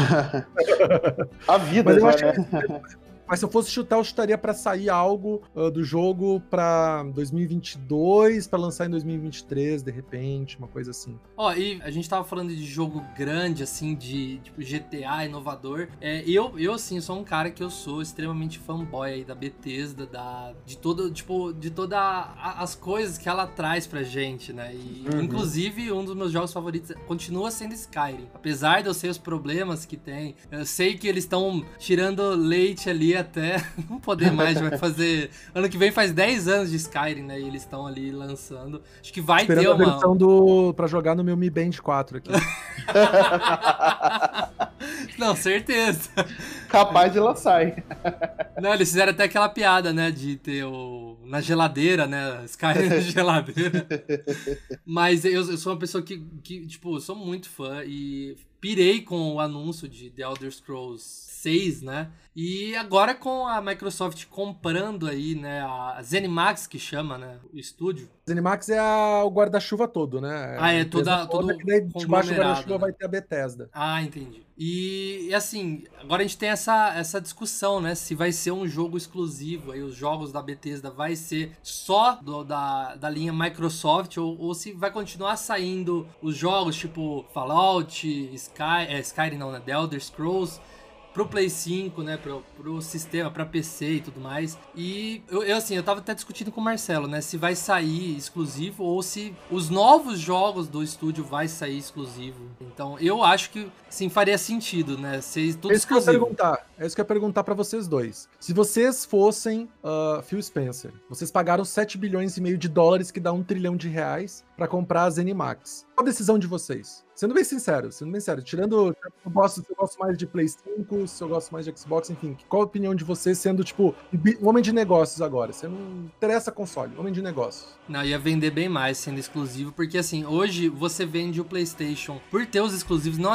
A vida Mas eu já, acho né? Mas se eu fosse chutar, eu chutaria pra sair algo uh, do jogo pra dois mil e vinte e dois, pra lançar em dois mil e vinte e três, de repente, uma coisa assim. Ó, e a gente tava falando de jogo grande, assim, de tipo G T A, inovador. É, eu, eu, assim, sou um cara que eu sou extremamente fanboy aí da Bethesda, da, de todo, tipo, de todas as coisas que ela traz pra gente, né? E, Uhum. inclusive, um dos meus jogos favoritos continua sendo Skyrim. Apesar de eu sei os problemas que tem, eu sei que eles estão tirando leite ali até não poder mais, vai fazer... Ano que vem faz dez anos de Skyrim, né? E eles estão ali lançando. Acho que vai Esperando ter a uma... versão do... pra jogar no meu Mi Band quatro aqui. Não, certeza. Capaz de lançar, hein? Não, eles fizeram até aquela piada, né? De ter o... na geladeira, né? Skyrim na geladeira. Mas eu, eu sou uma pessoa que, que, tipo, eu sou muito fã e pirei com o anúncio de The Elder Scrolls seis, né? E agora com a Microsoft comprando aí, né? A ZeniMax, que chama, né? O estúdio. ZeniMax é a- o guarda-chuva todo, né? Ah, é A empresa toda- toda, todo que daí debaixo do conglomerado, guarda-chuva né? vai ter a Bethesda. Ah, entendi. E, e assim, agora a gente tem essa, essa discussão, né? Se vai ser um jogo exclusivo, aí os jogos da Bethesda vai ser só do- da, da linha Microsoft, ou, ou se vai continuar saindo os jogos tipo Fallout, Sky, é, Skyrim não, né? The Elder Scrolls, pro Play cinco, né, pro, pro sistema, pra P C e tudo mais. E eu, eu, assim, eu tava até discutindo com o Marcelo, né, se vai sair exclusivo ou se os novos jogos do estúdio vai sair exclusivo. Então, eu acho que, sim, faria sentido, né, ser tudo É isso que eu ia exclusivo. perguntar. É isso que eu ia perguntar pra vocês dois. Se vocês fossem uh, Phil Spencer, vocês pagaram sete bilhões e meio de dólares, que dá um trilhão de reais, pra comprar a ZeniMax. Qual a decisão de vocês? Sendo bem sincero, sendo bem sincero, tirando se eu gosto, se eu gosto mais de Play cinco, se eu gosto mais de Xbox, enfim, qual a opinião de vocês sendo, tipo, um homem de negócios agora? Você não interessa console, homem de negócios. Não, ia vender bem mais sendo exclusivo, porque assim, hoje você vende o PlayStation por ter os exclusivos, não adianta,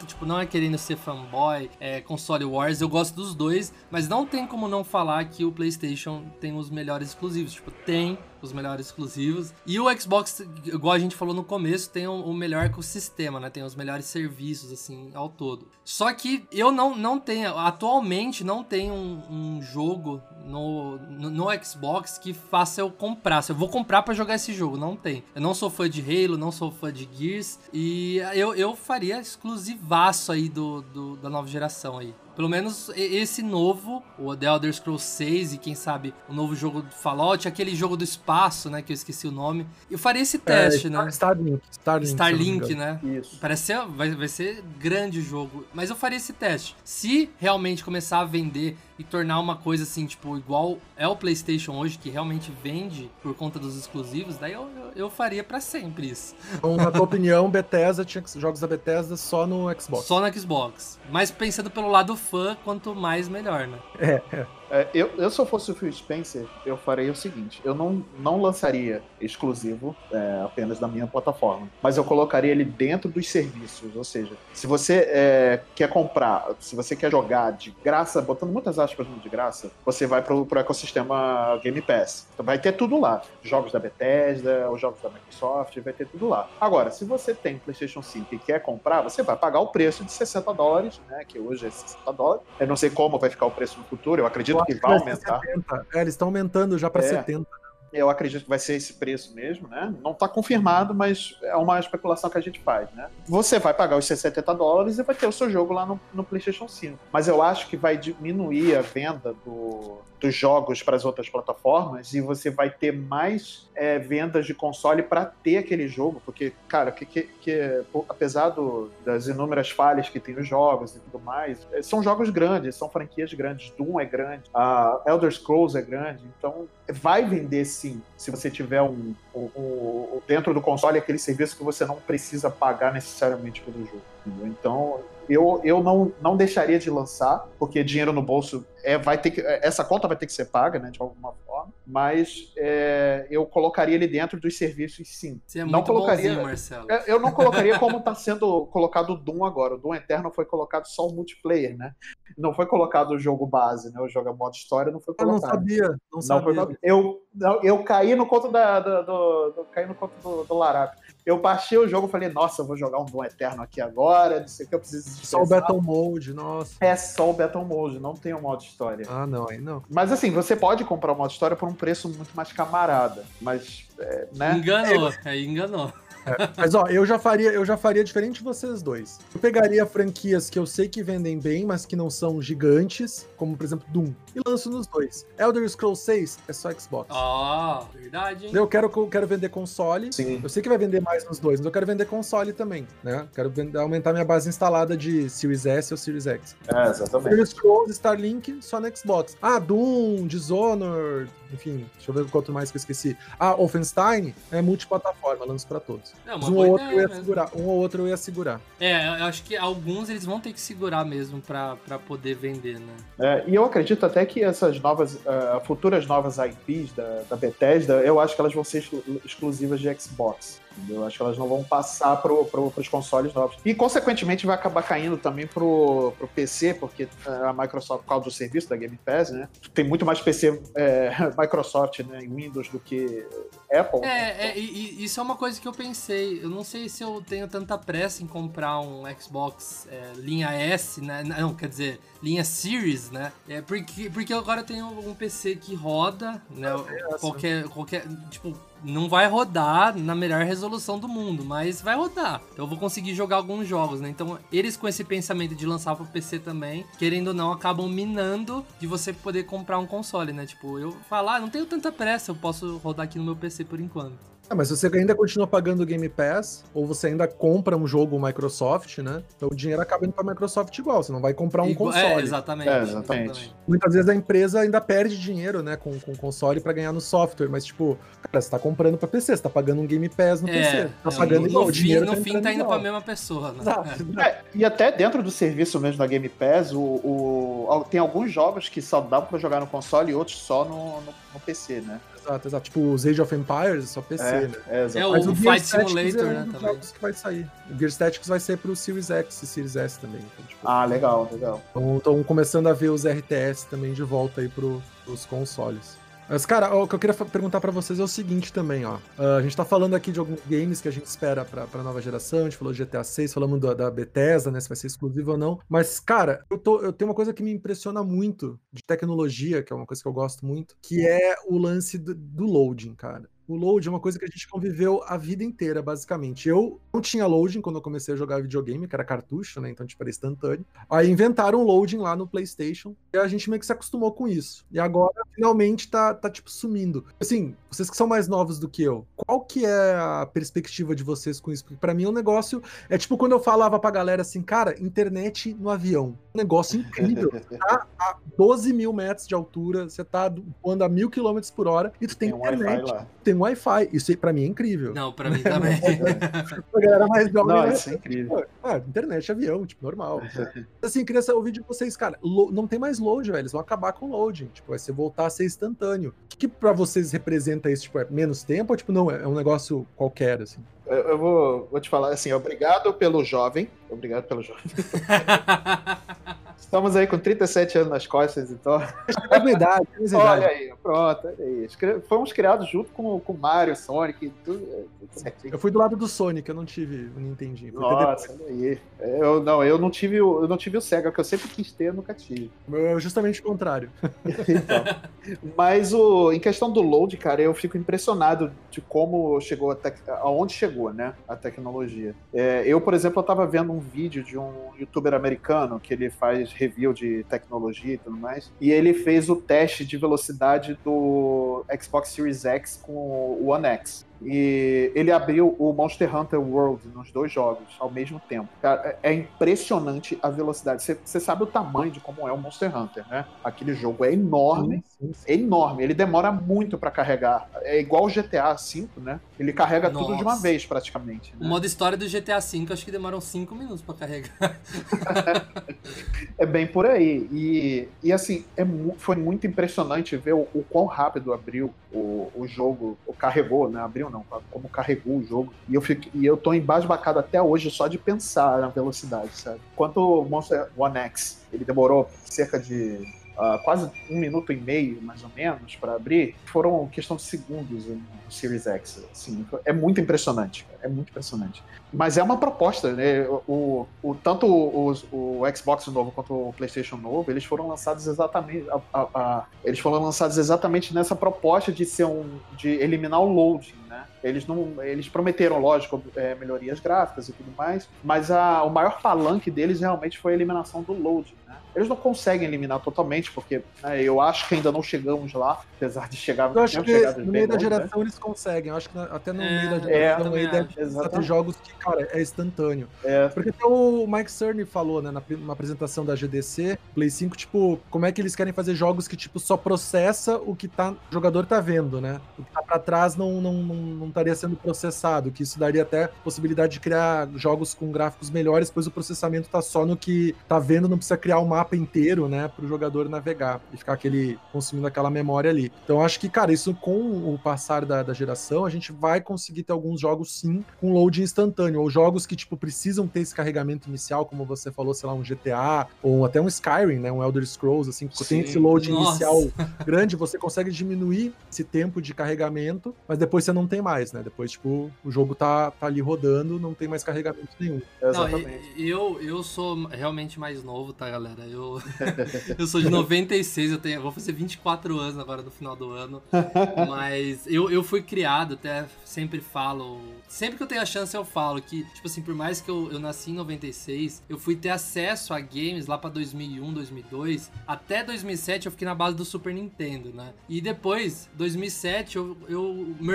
tipo, não é querendo ser fanboy, é console wars, eu gosto dos dois, mas não tem como não falar que o PlayStation tem os melhores exclusivos, tipo, tem os melhores exclusivos, e o Xbox, igual a gente falou no começo, tem o, o melhor ecossistema, né, tem os melhores serviços, assim, ao todo. Só que eu não, não tenho, atualmente não tem um, um jogo no, no, no Xbox que faça eu comprar, se eu vou comprar pra jogar esse jogo, não tem. Eu não sou fã de Halo, não sou fã de Gears, e eu, eu faria exclusivaço aí do, do, da nova geração aí. Pelo menos esse novo, o The Elder Scrolls seis e quem sabe o novo jogo do Fallout, aquele jogo do espaço, né, que eu esqueci o nome. Eu faria esse teste, é, né? Starlink. Starlink, Starlink, né? Isso. Parece ser, vai, vai ser grande o jogo. Mas eu faria esse teste. Se realmente começar a vender e tornar uma coisa assim, tipo, igual é o PlayStation hoje, que realmente vende por conta dos exclusivos, daí eu, eu, eu faria pra sempre isso. Então, na tua opinião, Bethesda tinha jogos da Bethesda só no Xbox? Só no Xbox. Mas pensando pelo lado fã, quanto mais, melhor, né? É, é. É, eu, eu, se eu fosse o Phil Spencer, eu faria o seguinte: eu não, não lançaria exclusivo é, apenas na minha plataforma, mas eu colocaria ele dentro dos serviços. Ou seja, se você é, quer comprar, se você quer jogar de graça, botando muitas aspas no de graça, você vai pro, pro ecossistema Game Pass. Então vai ter tudo lá: jogos da Bethesda, os jogos da Microsoft, vai ter tudo lá. Agora, se você tem PlayStation cinco e quer comprar, você vai pagar o preço de sessenta dólares, né? Que hoje é sessenta dólares. Eu não sei como vai ficar o preço no futuro, eu acredito que vai aumentar. setenta. É, eles estão aumentando já para É. setenta. Eu acredito que vai ser esse preço mesmo, né? Não está confirmado, mas é uma especulação que a gente faz, né? Você vai pagar os setenta dólares e vai ter o seu jogo lá no, no PlayStation cinco. Mas eu acho que vai diminuir a venda do, dos jogos para as outras plataformas e você vai ter mais é, vendas de console para ter aquele jogo, porque, cara, que, que, que, apesar do, das inúmeras falhas que tem nos jogos e tudo mais, são jogos grandes, são franquias grandes. Doom é grande, a Elder Scrolls é grande, então vai vender sim, se você tiver um, um, um dentro do console aquele serviço que você não precisa pagar necessariamente pelo jogo, entendeu? Então eu, eu não, não deixaria de lançar, porque dinheiro no bolso é, vai ter que, essa conta vai ter que ser paga, né, de alguma forma, mas é, eu colocaria ele dentro dos serviços sim. Você é não muito colocaria, bonzinho, Marcelo. Eu não colocaria como está sendo colocado o Doom agora. O Doom Eterno foi colocado só o multiplayer, né? Não foi colocado o jogo base, né? O jogo modo história não foi Eu não colocado. sabia, não, Não sabia. foi, eu, não, eu caí no conto da, do, do, do, caí no conto do, do Larap. Eu baixei o jogo e falei, nossa, eu vou jogar um Doom Eterno aqui agora, não sei o que eu preciso. Só o Battle Mode, nossa. É só o Battle Mode, não tem o modo história. Ah, não, aí não. Mas assim, você pode comprar o modo história por um preço muito mais camarada, mas, é, né? Enganou, aí enganou. É, mas ó, eu já faria, eu já faria diferente de vocês dois. Eu pegaria franquias que eu sei que vendem bem, mas que não são gigantes, como por exemplo Doom, e lanço nos dois. Elder Scrolls seis é só Xbox. Ó, oh, verdade, hein? Eu quero, eu quero vender console. Sim. Eu sei que vai vender mais nos dois, mas eu quero vender console também, né? Quero vender, aumentar minha base instalada de Series S ou Series X. É, exatamente. Elder Scrolls, Starlink, só no Xbox. Ah, Doom, Dishonored, enfim, deixa eu ver quanto mais que eu esqueci. Ah, Wolfenstein é multiplataforma, lanço pra todos. É uma um, boa ou outro eu ideia ia mesmo. segurar, um ou outro eu ia segurar. É, eu acho que alguns eles vão ter que segurar mesmo pra, pra poder vender, né? É, e eu acredito até que essas novas, uh, futuras novas I Ps da, da Bethesda, eu acho que elas vão ser exclu- exclusivas de Xbox. Eu acho que elas não vão passar pro, pro, pros consoles novos. E, consequentemente, vai acabar caindo também pro, pro P C, porque a Microsoft, por causa do serviço da Game Pass, né? Tem muito mais P C é, Microsoft, né, em Windows do que Apple. É, é e, e isso é uma coisa que eu pensei. Eu não sei se eu tenho tanta pressa em comprar um Xbox é, linha S, né? Não, quer dizer, linha Series, né? É porque, porque agora eu tenho um P C que roda, né? É Qualquer, qualquer, tipo, não vai rodar na melhor resolução do mundo, mas vai rodar. Então eu vou conseguir jogar alguns jogos, né? Então eles com esse pensamento de lançar pro P C também, querendo ou não, acabam minando de você poder comprar um console, né? Tipo, eu falar, ah, não tenho tanta pressa, eu posso rodar aqui no meu P C por enquanto. Ah, mas você ainda continua pagando o Game Pass, ou você ainda compra um jogo Microsoft, né? Então o dinheiro acaba indo pra Microsoft igual, você não vai comprar um Igual- console. É, exatamente. É, exatamente. Muitas vezes a empresa ainda perde dinheiro, né, com o console pra ganhar no software, mas tipo, cara, você tá comprando pra P C, você tá pagando um Game Pass no É, P C, tá é, pagando no, igual, no o fim, dinheiro no fim entrando tá indo igual. pra mesma pessoa, né? Exato. É. É, e até dentro do serviço mesmo da Game Pass, o, o- tem alguns jogos que só dá pra jogar no console e outros só no, no, no P C, né? exato, exato. Tipo, os Age of Empires, só P C, É, né? é, exato. É o, Mas o Gear Fight Tactics Simulator, é um né, dos também. jogos que vai sair. O Gears Tactics vai ser pro Series X e Series S também. Então, tipo, Ah, legal, legal. estão começando a ver os R T S também de volta aí pro, pros consoles. Mas, cara, o que eu queria fa- perguntar pra vocês é o seguinte também, ó. Ah, a gente tá falando aqui de alguns games que a gente espera pra, pra nova geração, a gente falou G T A seis, falamos da, da Bethesda, né, se vai ser exclusivo ou não. Mas, cara, eu, tô, eu tenho uma coisa que me impressiona muito de tecnologia, que é uma coisa que eu gosto muito, que é o lance do, do loading, cara. O load é uma coisa que a gente conviveu a vida inteira, basicamente. Eu não tinha loading quando eu comecei a jogar videogame, que era cartucho, né? Então, tipo, era instantâneo. Aí inventaram um loading lá no PlayStation e a gente meio que se acostumou com isso. E agora, finalmente, tá, tá tipo, sumindo. Assim, vocês que são mais novos do que eu, qual que é a perspectiva de vocês com isso? Porque pra mim o negócio é tipo quando eu falava pra galera assim, cara, internet no avião. Um negócio incrível. Tá a doze mil metros de altura, você tá voando a mil quilômetros por hora e tu tem, Tem um internet. Wi-Fi lá. Tem um Wi-Fi. Isso aí pra mim é incrível. Não, pra mim também. A galera mais jovem, Não, né? isso é incrível. Ah, internet, avião, tipo, normal. Assim, queria saber, ouvir de vocês, cara, lo- não tem mais load, velho, eles vão acabar com o loading, tipo, vai ser voltar a ser instantâneo. O que, que pra vocês representa isso? Tipo, é menos tempo ou, tipo, não, é um negócio qualquer, assim? Eu, eu vou, vou te falar assim, obrigado pelo jovem. Obrigado pelo jovem. Estamos aí com trinta e sete anos nas costas, então. É verdade, é verdade. Olha aí, pronto, olha aí. Escre- Fomos criados junto com o Mario, Sonic, tudo, tudo certinho. Eu fui do lado do Sonic, eu não tive o Nintendinho. Fui até Nossa, olha aí. Eu, não, eu não tive o, eu não tive o Sega, que eu sempre quis ter, eu nunca tive. depois. Eu, justamente o contrário. Então. Mas o, em questão do load, cara, eu fico impressionado de como chegou, a tec... aonde chegou, né, a tecnologia. É, eu, por exemplo, eu tava vendo um vídeo de um youtuber americano que ele faz review de tecnologia e tudo mais, e ele fez o teste de velocidade do Xbox Series X com o One X. E ele abriu o Monster Hunter World nos dois jogos ao mesmo tempo. Cara, é impressionante a velocidade. Você sabe o tamanho de como é o Monster Hunter, né? Aquele jogo é enorme. Sim, sim, sim. É enorme. Ele demora muito pra carregar. É igual o G T A cinco, né? Ele carrega Nossa. tudo de uma vez, praticamente. O Né? modo história do G T A cinco, acho que demoram cinco minutos pra carregar. É bem por aí. E, e assim, é mu- foi muito impressionante ver o, o quão rápido abriu o, o jogo, o carregou, né? Abriu não, como carregou o jogo. E eu, fico, e eu tô embasbacado até hoje só de pensar na velocidade, sabe? Quanto o Monster One X, ele demorou cerca de uh, quase um minuto e meio, mais ou menos, para abrir, foram questão de segundos no Series X. Assim, é muito impressionante, cara. É muito impressionante. Mas é uma proposta, né? O, o, tanto o, o, o Xbox novo quanto o PlayStation novo, eles foram lançados exatamente, a, a, a, eles foram lançados exatamente nessa proposta de ser um, de eliminar o loading, né? Eles não, eles prometeram, lógico, é, melhorias gráficas e tudo mais, mas a, o maior palanque deles realmente foi a eliminação do loading, né? Eles não conseguem eliminar totalmente, porque né, eu acho que ainda não chegamos lá, apesar de chegar Eu acho temos que chegado no bem meio da longe, né? geração eles conseguem. Eu acho que na- até no É, meio da é, geração também aí deve acho. ter Exatamente. jogos que, cara, é instantâneo. É, Porque até o Mike Cerny falou, né, na, pri- numa apresentação da G D C, Play cinco, tipo, como é que eles querem fazer jogos que, tipo, só processa o que tá, o jogador tá vendo, né? O que tá pra trás não, não, não, não estaria sendo processado, que isso daria até possibilidade de criar jogos com gráficos melhores, pois o processamento tá só no que tá vendo, não precisa criar o mapa inteiro, né, pro jogador navegar e ficar aquele, consumindo aquela memória ali. Então acho que, cara, isso com o passar da, da geração, a gente vai conseguir ter alguns jogos, sim, com load instantâneo, ou jogos que, tipo, precisam ter esse carregamento inicial, como você falou, sei lá, um G T A, ou até um Skyrim, né, um Elder Scrolls, assim, que tem Sim. esse load Nossa. inicial grande, você consegue diminuir esse tempo de carregamento, mas depois você não tem mais, né, depois, tipo, o jogo tá, tá ali rodando, não tem mais carregamento nenhum. Não, exatamente. e- eu, eu sou realmente mais novo, tá, galera? Eu, eu sou de noventa e seis, eu, tenho, eu vou fazer vinte e quatro anos agora no final do ano. Mas eu, eu fui criado, até sempre falo. Sempre que eu tenho a chance, eu falo que, tipo assim, por mais que eu, eu nasci em noventa e seis, eu fui ter acesso a games lá pra dois mil e um, dois mil e dois. Até dois mil e sete eu fiquei na base do Super Nintendo, né? E depois, dois mil e sete, eu, eu, meu irmão comprou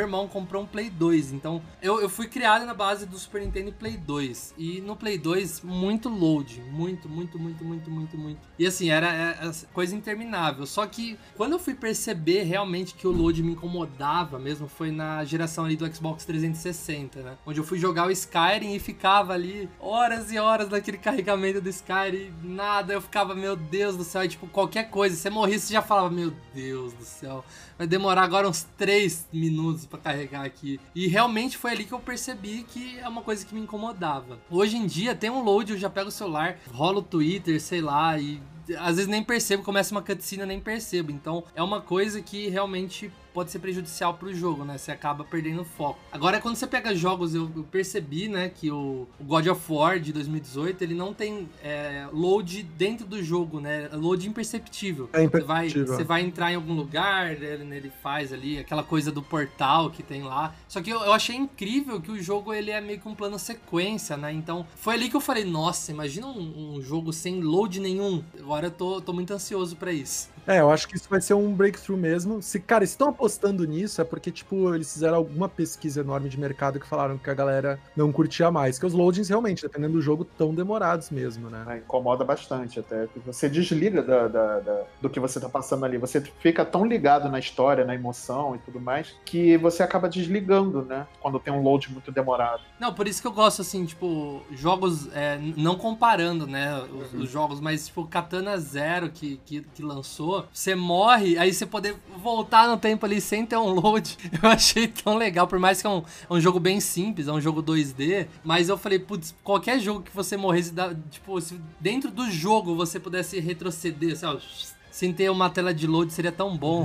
comprou um Play dois. Então, eu, eu fui criado na base do Super Nintendo e Play dois. E no Play dois, muito load. Muito, muito, muito, muito, muito, muito. E assim, era, era coisa interminável. Só que, quando eu fui perceber realmente que o load me incomodava mesmo, foi na geração ali do Xbox trezentos e sessenta, né? Onde eu fui jogar o Skyrim e ficava ali horas e horas naquele carregamento do Skyrim. Nada, eu ficava, meu Deus do céu. E tipo, qualquer coisa, você morria, você já falava, meu Deus do céu. Vai demorar agora uns três minutos pra carregar aqui. E realmente foi ali que eu percebi que é uma coisa que me incomodava. Hoje em dia tem um load, eu já pego o celular, rolo o Twitter, sei lá, e às vezes nem percebo, começa uma cutscene e nem percebo. Então é uma coisa que realmente pode ser prejudicial pro jogo, né? Você acaba perdendo o foco. Agora, quando você pega jogos, eu, eu percebi, né, que o, o God of War de dois mil e dezoito, ele não tem é, load dentro do jogo, né? Load imperceptível. É imperceptível. Você vai, você vai entrar em algum lugar, ele, ele faz ali aquela coisa do portal que tem lá. Só que eu, eu achei incrível que o jogo, ele é meio que um plano sequência, né? Então, foi ali que eu falei, nossa, imagina um, um jogo sem load nenhum. Agora eu tô, tô muito ansioso pra isso. É, eu acho que isso vai ser um breakthrough mesmo. Se, cara, eles estão apostando nisso, é porque, tipo, eles fizeram alguma pesquisa enorme de mercado que falaram que a galera não curtia mais. Que os loadings, realmente, dependendo do jogo, tão demorados mesmo, né? É, incomoda bastante até. Você desliga da, da, da, do que você tá passando ali. Você fica tão ligado na história, na emoção e tudo mais, que você acaba desligando, né? Quando tem um load muito demorado. Não, por isso que eu gosto, assim, tipo, jogos, é, não comparando, né, os, uhum. os jogos, mas, tipo, Katana Zero, que, que, que lançou, você morre, aí você poder voltar no tempo ali sem ter um load, eu achei tão legal, por mais que é um, é um jogo bem simples, é um jogo dois D, mas eu falei, putz, qualquer jogo que você morresse, tipo, se dentro do jogo você pudesse retroceder, sabe, sem ter uma tela de load, seria tão bom.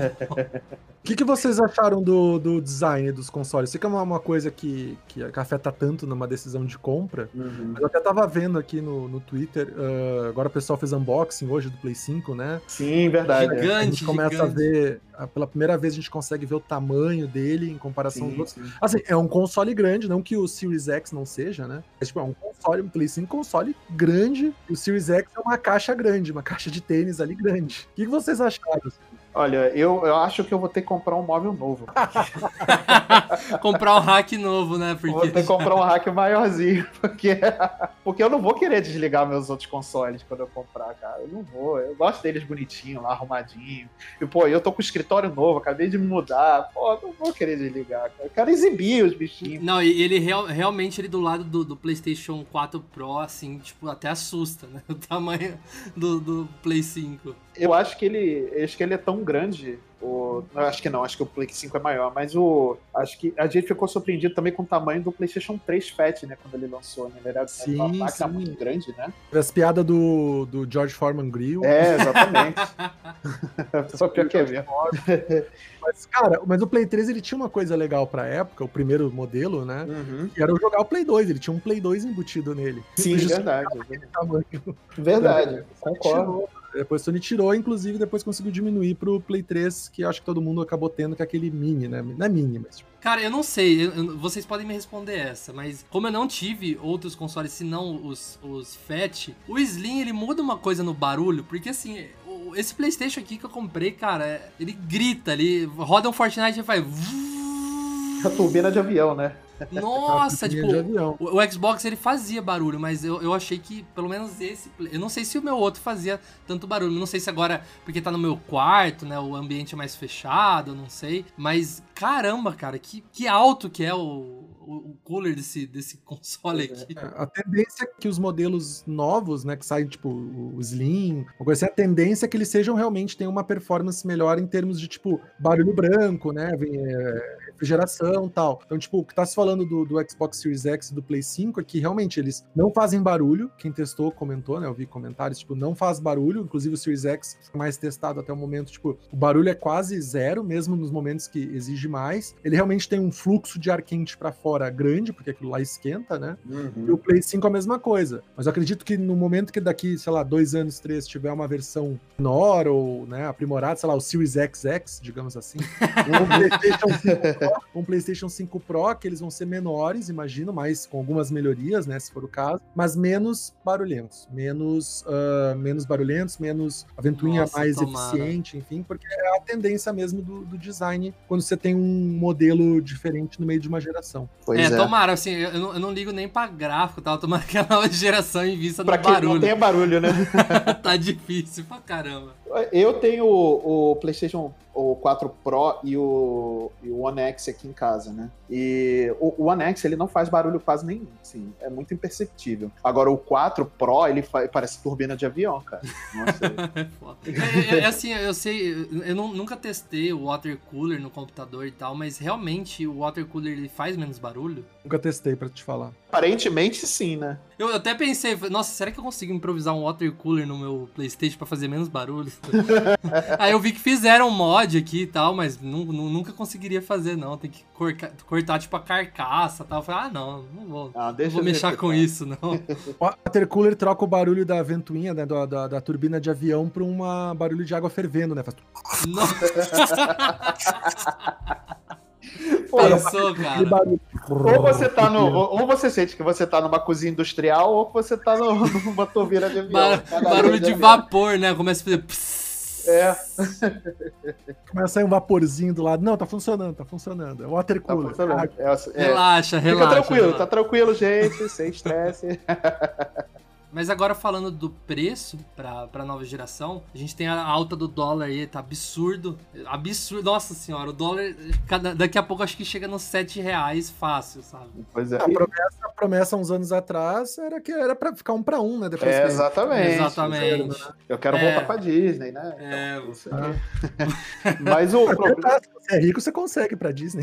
O que, que vocês acharam do, do design dos consoles? Sei que é uma, uma coisa que, que afeta tanto numa decisão de compra, uhum. mas eu até tava vendo aqui no, no Twitter, uh, agora o pessoal fez unboxing hoje do Play cinco, né? Sim, verdade. Gigante, A gente começa gigante. a ver, pela primeira vez a gente consegue ver o tamanho dele em comparação sim, aos outros. Sim. Assim, é um console grande, não que o Series X não seja, né? Mas, tipo, é um console, um Play cinco console grande, e o Series X é uma caixa grande, uma caixa de tênis ali grande. O que, que vocês acharam? Olha, eu, eu acho que eu vou ter que comprar um móvel novo. Comprar um hack novo, né? Porque... Vou ter que comprar um hack maiorzinho, porque, porque eu não vou querer desligar meus outros consoles quando eu comprar, cara. Eu não vou. Eu gosto deles bonitinho, lá, arrumadinho. E, pô, eu tô com escritório novo, acabei de me mudar. Pô, eu não vou querer desligar, cara. Eu quero exibir os bichinhos. Não, e ele real, realmente, ele do lado do, do PlayStation quatro Pro, assim, tipo, até assusta, né? O tamanho do, do Play cinco. Eu acho que ele, acho que ele é tão grande, o, acho que não, acho que o Play cinco é maior, mas o, acho que a gente ficou surpreendido também com o tamanho do PlayStation três Fat, né, quando ele lançou, né, ele era sim, uma máquina sim. muito grande, né? As piadas do, do George Foreman Grill. É, exatamente. Só pior que é mesmo. Mas, cara, mas o Play três, ele tinha uma coisa legal pra época, o primeiro modelo, né? Uhum. Que era jogar o Play dois, ele tinha um Play dois embutido nele. Sim, verdade. Verdade, concordo. Depois o Sony tirou, inclusive depois conseguiu diminuir pro Play três, que acho que todo mundo acabou tendo, que é aquele mini, né? Não é mini, mas tipo... Cara, eu não sei, eu, eu, vocês podem me responder essa, mas como eu não tive outros consoles senão os, os Fat, o Slim, ele muda uma coisa no barulho, porque assim, o, esse PlayStation aqui que eu comprei, cara, ele grita, ele roda um Fortnite e faz... A turbina de avião, né? Nossa, tipo, o, o Xbox ele fazia barulho, mas eu, eu achei que pelo menos esse, eu não sei se o meu outro fazia tanto barulho, não sei se agora, porque tá no meu quarto, né, o ambiente é mais fechado, eu não sei, mas caramba, cara, que, que alto que é o, o, o cooler desse, desse console aqui. A tendência é que os modelos novos, né, que saem, tipo, o Slim, uma coisa assim, a tendência é que eles sejam realmente, tenham uma performance melhor em termos de, tipo, barulho branco, né, refrigeração e tal. Então, tipo, o que tá se falando do, do Xbox Series X e do Play cinco é que realmente eles não fazem barulho, quem testou comentou, né, eu vi comentários, tipo, não faz barulho, inclusive o Series X foi mais testado até o momento, tipo, o barulho é quase zero, mesmo nos momentos que exige mais. Ele realmente tem um fluxo de ar quente pra fora grande, porque aquilo lá esquenta, né? Uhum. E o Play cinco é a mesma coisa. Mas eu acredito que no momento que daqui, sei lá, dois anos, três, tiver uma versão menor ou, né, aprimorada, sei lá, o Series X X, digamos assim, o PlayStation cinco um PlayStation cinco Pro, que eles vão ser menores, imagino, mas com algumas melhorias, né, se for o caso, mas menos barulhentos, menos, uh, menos barulhentos, menos a ventoinha Nossa, mais tomara. eficiente, enfim, porque é a tendência mesmo do, do design quando você tem um modelo diferente no meio de uma geração. Pois é, é. tomara, assim, eu não, eu não ligo nem pra gráfico, tá? Tomara que a nova geração invista Pra no que barulho. não tenha barulho, né? Tá difícil pra caramba. Eu tenho o, o PlayStation o quatro Pro e o, e o One X aqui em casa, né? E o, o One X, ele não faz barulho quase nenhum, assim, é muito imperceptível. Agora, o quatro Pro, ele fa- parece turbina de avião, cara. Nossa. É foda. É, é, é assim, eu sei, eu não- nunca testei o water cooler no computador e tal, mas realmente o water cooler ele faz menos barulho? Nunca testei pra te falar. Aparentemente, sim, né? Eu até pensei, nossa, será que eu consigo improvisar um water cooler no meu PlayStation pra fazer menos barulho? Aí eu vi que fizeram um mod aqui e tal, mas nu- nu- nunca conseguiria fazer, não. Tem que corca- cortar, tipo, a carcaça e tal. Eu falei, ah, não, não vou, Ah, não deixa vou eu mexer ver, com tá. isso, não. O water cooler troca o barulho da ventoinha, né, da, da, da turbina de avião pra um barulho de água fervendo, né? Faz... Não. Pô, Pensou, aquele cara? barulho. Ou você tá no. Ou você sente que você tá numa cozinha industrial, ou que você tá no- numa turbina de avião. Ba- Cada barulho vez de avião. vapor, né? Começa a fazer... pss. É, Começa a sair um vaporzinho do lado. Não, tá funcionando, tá funcionando. É o water tá cooler. funcionando. Ah, É, é. Relaxa, Fica relaxa. tranquilo, relaxa. tá tranquilo, gente, sem estresse. Mas agora falando do preço pra, pra nova geração, a gente tem a alta do dólar aí, tá absurdo. Absurdo. Nossa senhora, o dólar cada, daqui a pouco acho que chega nos sete reais fácil, sabe? Pois é. A promessa, a promessa uns anos atrás era que era pra ficar um pra um, né? Depois É, que- exatamente. Exatamente. Eu quero É. voltar pra Disney, né? É, Então, isso Ah. aí. Mas o problema. Se você é rico, você consegue ir pra Disney.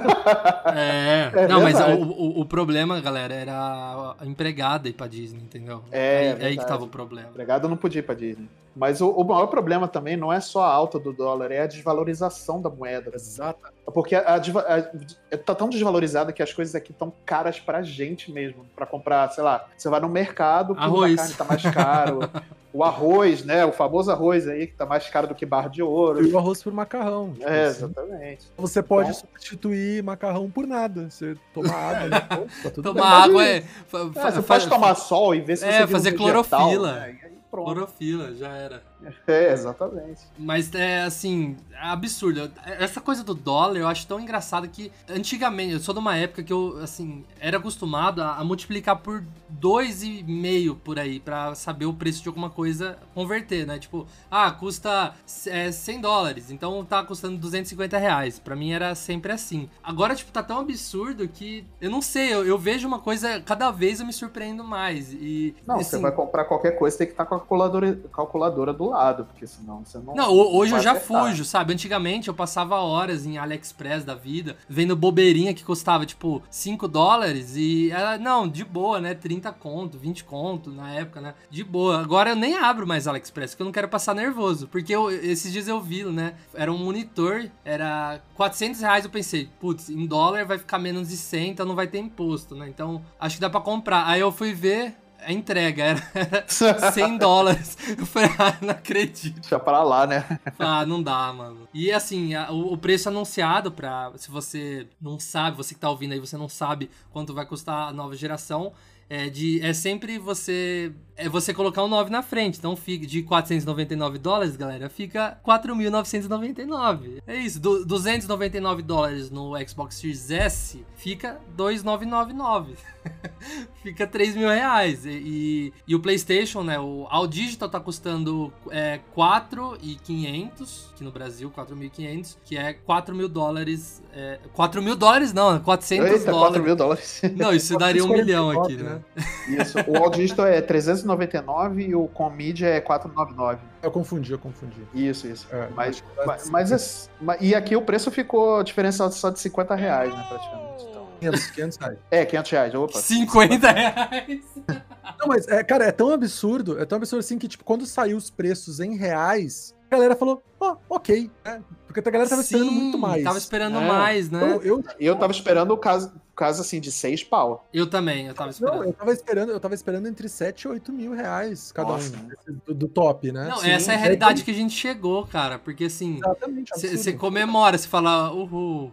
É. É Não, mas verdade. o, o, o problema, galera, era a empregada ir pra Disney, entendeu? É, aí, aí que verdade. tava o problema. Empregado não podia ir pra Disney. Mas o, o maior problema também não é só a alta do dólar, é a desvalorização da moeda. Exato. Porque a, desva- a- tá tão desvalorizada que as coisas aqui estão caras pra gente mesmo. Pra comprar, sei lá, você vai no mercado, o quilo Arroz. da carne tá mais caro. O arroz, né? O famoso arroz aí, que tá mais caro do que barra de ouro. E o arroz por macarrão. Tipo É, assim. exatamente. Você pode Então- substituir macarrão por nada. Você toma água, né? Pô, tá tudo Tomar bem. água é. fa- É, fa- você fa- pode tomar sol e ver se É, você vira fazer um vegetal, clorofila. né? E aí pronto. Clorofila, já era. É, exatamente. Mas é assim, é absurdo. Essa coisa do dólar eu acho tão engraçado que antigamente, eu sou de uma época que eu, assim, era acostumado a, a multiplicar por dois e meio por aí pra saber o preço de alguma coisa converter, né? Tipo, ah, custa é, cem dólares, então tá custando duzentos e cinquenta reais. Pra mim era sempre assim. Agora, tipo, tá tão absurdo que eu não sei, eu, eu vejo uma coisa, cada vez eu me surpreendo mais. E, Não, assim, você vai comprar qualquer coisa, tem que estar com a calculadora, calculadora do lado, porque senão você não. Não, ho- hoje vai eu já acertar. fujo, sabe? Antigamente eu passava horas em AliExpress da vida, vendo bobeirinha que custava, tipo, cinco dólares e ela, não, de boa, né? trinta conto, vinte conto na época, né? De boa. Agora eu nem abro mais AliExpress, porque eu não quero passar nervoso. Porque eu- esses dias eu vi, né? Era um monitor, era quatrocentos reais, eu pensei, putz, em dólar vai ficar menos de cem, então não vai ter imposto, né? Então acho que dá pra comprar. Aí eu fui ver a entrega, era, era cem dólares. Eu falei, ah, não acredito. Deixa pra lá, né? Ah, não dá, mano. E assim, a- o, o preço anunciado pra. Se você não sabe, você que tá ouvindo aí, você não sabe quanto vai custar a nova geração. É, de, é sempre você. É você colocar um nove na frente. Então fica de quatrocentos e noventa e nove dólares, galera, fica quatro mil novecentos e noventa e nove. É isso. Du, duzentos e noventa e nove dólares no Xbox Series S fica dois mil novecentos e noventa e nove. Fica três mil reais. E, e, e o PlayStation, né? O All Digital tá custando é, quatro mil e quinhentos, aqui no Brasil, quatro mil e quinhentos, que é quatro mil dólares. É, quatro mil dólares não, quatrocentos Eita, dólares. quatro mil dólares. Não, isso daria um milhão aqui, né? Isso. O All Digital é trezentos e noventa e nove e o Com Media é quatrocentos e noventa e nove. Eu confundi, eu confundi. Isso, isso. É, mas, mas- mas, mas, mas- E aqui o preço ficou a diferença só de cinquenta reais, né, praticamente. Então. quinhentos, quinhentos reais. É, quinhentos reais. Opa. cinquenta reais. Não, mas, é, cara, é tão absurdo, é tão absurdo assim que, tipo, quando saiu os preços em reais, a galera falou, ó, ok, né? Porque a galera tava esperando Sim, muito mais. Tava esperando É. mais, né? Então, eu, Eu tava esperando o caso. casa assim de seis pau. Eu também, eu tava esperando. Não, eu tava esperando, eu tava esperando entre sete e oito mil reais cada Nossa. um do, do top, né? Não, Sim, essa é a realidade que a gente chegou, cara. Porque assim, Exatamente, absurdo. você comemora, você fala, uhul,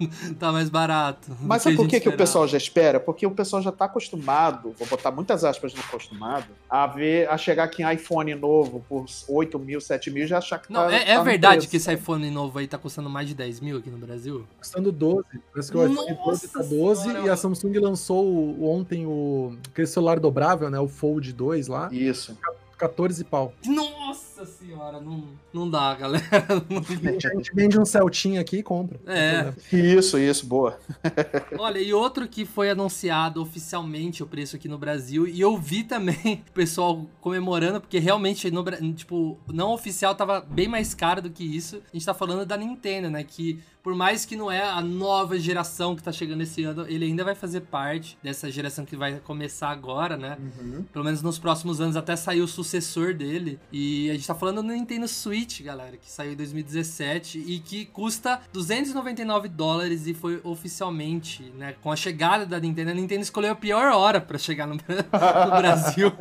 tá mais barato. do Mas que a sabe por gente que, que o esperava. pessoal já espera? Porque o pessoal já tá acostumado, vou botar muitas aspas no acostumado, a ver, a chegar aqui em iPhone novo por oito mil, sete mil e já achar que Não, tá, é, é tá no verdade preço. que esse iPhone novo aí tá custando mais de dez mil aqui no Brasil? Custando doze. Parece que o iPhone Nossa doze tá doze senhora, e a Samsung lançou o- ontem o aquele celular dobrável, né? O Fold dois lá, Isso. quatorze pau. Nossa senhora, não, não dá, galera. Não- A gente vende um Celtinha aqui e compra. não tem É. problema. Isso, isso, boa. Olha, e outro que foi anunciado oficialmente o preço aqui no Brasil, e eu vi também o pessoal comemorando, porque realmente, no, Bra- tipo, não oficial tava bem mais caro do que isso. A gente tá falando da Nintendo, né? Que por mais que não é a nova geração que tá chegando esse ano, ele ainda vai fazer parte dessa geração que vai começar agora, né? Uhum. Pelo menos nos próximos anos até sair o sucessor dele. E a gente tá falando do Nintendo Switch, galera, que saiu em dois mil e dezessete e que custa duzentos e noventa e nove dólares e foi oficialmente, né, com a chegada da Nintendo. A Nintendo escolheu a pior hora pra chegar no, no Brasil.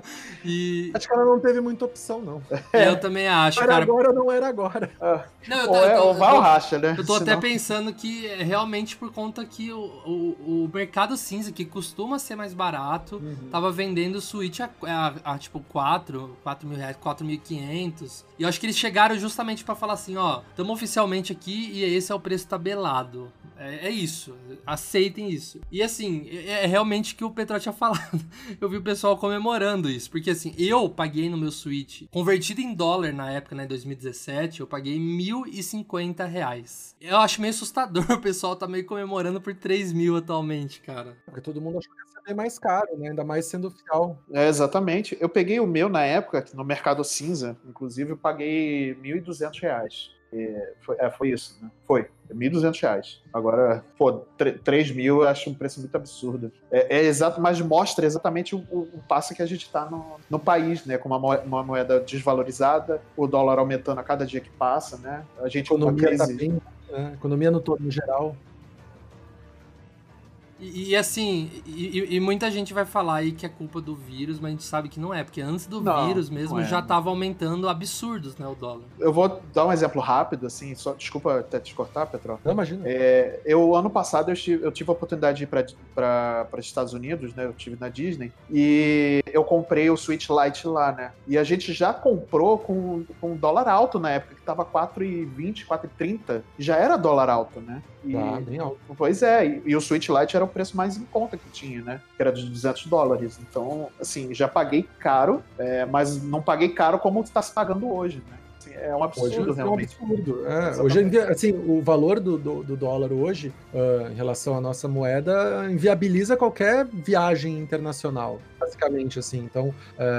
E Acho que ela não teve muita opção, não. eu também acho, Era cara. agora ou não era agora. Não, eu tô, Ou, eu é, tô- ou eu vai tô- ou racha, né? Eu tô até Senão- pensando que é realmente por conta que o, o, o mercado cinza, que costuma ser mais barato, Uhum. tava vendendo o Switch a, a, a, tipo quatro mil reais, quatro mil e quinhentos. E eu acho que eles chegaram justamente pra falar assim, ó, estamos oficialmente aqui e esse é o preço tabelado. É, é isso, aceitem isso. E assim, é, é realmente o que o Petró tinha falado. Eu vi o pessoal comemorando isso, porque assim, eu paguei no meu Switch, convertido em dólar na época, né, dois mil e dezessete, eu paguei mil e cinquenta reais. Eu acho meio assustador, o pessoal tá meio comemorando por três mil atualmente, cara. Porque todo mundo achou que ia ser bem mais caro, né? Ainda mais sendo oficial. É, exatamente. Eu peguei o meu na época, no Mercado Cinza, inclusive, eu paguei mil e duzentos reais. É, foi, é, foi isso, né? Foi. mil e duzentos reais. Agora, pô, três mil eu acho um preço muito absurdo. É, é exato, mas mostra exatamente o, o, o passo que a gente tá no, no país, né? Com uma, moe- uma moeda desvalorizada, o dólar aumentando a cada dia que passa, né? A A gente com uma economia tá crise. bem, né? A economia no todo, no geral. E, e, assim, e, e muita gente vai falar aí que é culpa do vírus, mas a gente sabe que não é, porque antes do Não, vírus mesmo não é. já tava aumentando absurdos, né, o dólar. Eu vou dar um exemplo rápido, assim, só desculpa até te cortar, Petro. Não, imagina. É, eu, ano passado, eu tive, eu tive a oportunidade de ir para os Estados Unidos, né? Eu tive na Disney. E eu comprei o Switch Lite lá, né? E a gente já comprou com, com dólar alto na época, que tava quatro e vinte, quatro e trinta. Já era dólar alto, né? E, Tá bem alto. Pois é, e, e o Switch Lite era o preço mais em conta que tinha, né? Que era de duzentos dólares. Então, assim, já paguei caro, é, mas não paguei caro como está se pagando hoje, né? Assim, é um absurdo, Hoje é um realmente. absurdo. É, Exatamente. hoje em dia, assim, o valor do, do, do dólar hoje, ah, em relação à nossa moeda, inviabiliza qualquer viagem internacional, basicamente, assim. Então,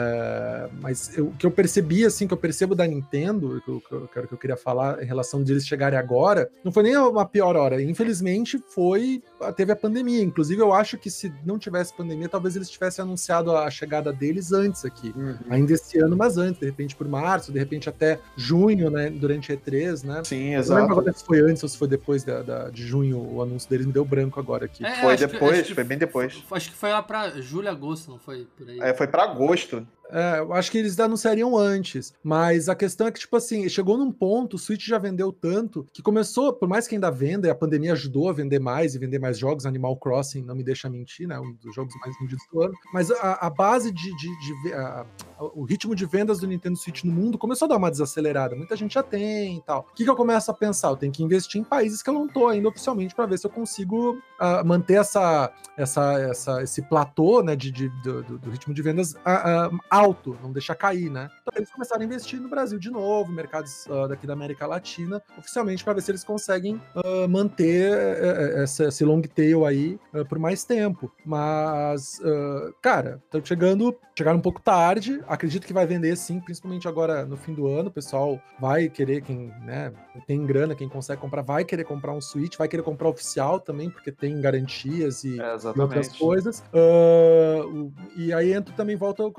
é, mas eu- o que eu percebi, assim, que eu percebo da Nintendo, que eu, que eu, que eu- que eu queria falar em relação de eles chegarem agora, não foi nem uma pior hora. Infelizmente, foi teve a pandemia. Inclusive, eu acho que se não tivesse pandemia, talvez eles tivessem anunciado a chegada deles antes aqui. Uhum. Ainda esse ano, mas antes, de repente por março, de repente até junho, né, durante a E três, né? Sim, Eu não lembro exato. agora se foi antes ou se foi depois da, da- de junho o anúncio deles, me deu branco agora aqui. É, Foi acho que- depois, acho que foi bem depois. Acho que foi lá pra julho, agosto, não foi? Por aí. É, foi para agosto. É, eu acho que eles anunciariam antes, mas a questão é que, tipo assim, chegou num ponto, o Switch já vendeu tanto, que começou, por mais que ainda venda, e a pandemia ajudou a vender mais e vender mais jogos, Animal Crossing, não me deixa mentir, né, um dos jogos mais vendidos do ano, mas a, a base de, de, de ve- a- a- o ritmo de vendas do Nintendo Switch no mundo começou a dar uma desacelerada, muita gente já tem e tal. O que que eu começo a pensar? Eu tenho que investir em países que eu não tô ainda oficialmente para ver se eu consigo ah, manter essa, essa, essa, esse platô, né, de, de- do, do- do ritmo de vendas ah, ah, alto, não deixar cair, né? Então eles começaram a investir no Brasil de novo, mercados ah, daqui da América Latina, oficialmente, para ver se eles conseguem ah, manter eh, eh, essa- esse long tail aí ah, por mais tempo. Mas, ah, cara, estão chegando, chegaram um pouco tarde, acredito que vai vender sim, principalmente agora no fim do ano, o pessoal vai querer, quem né, tem grana, quem consegue comprar, vai querer comprar um Switch, vai querer comprar oficial também, porque tem garantias e, É, e outras exatamente. coisas. Ah, o- e aí entra também, volta o que a gente tá falando do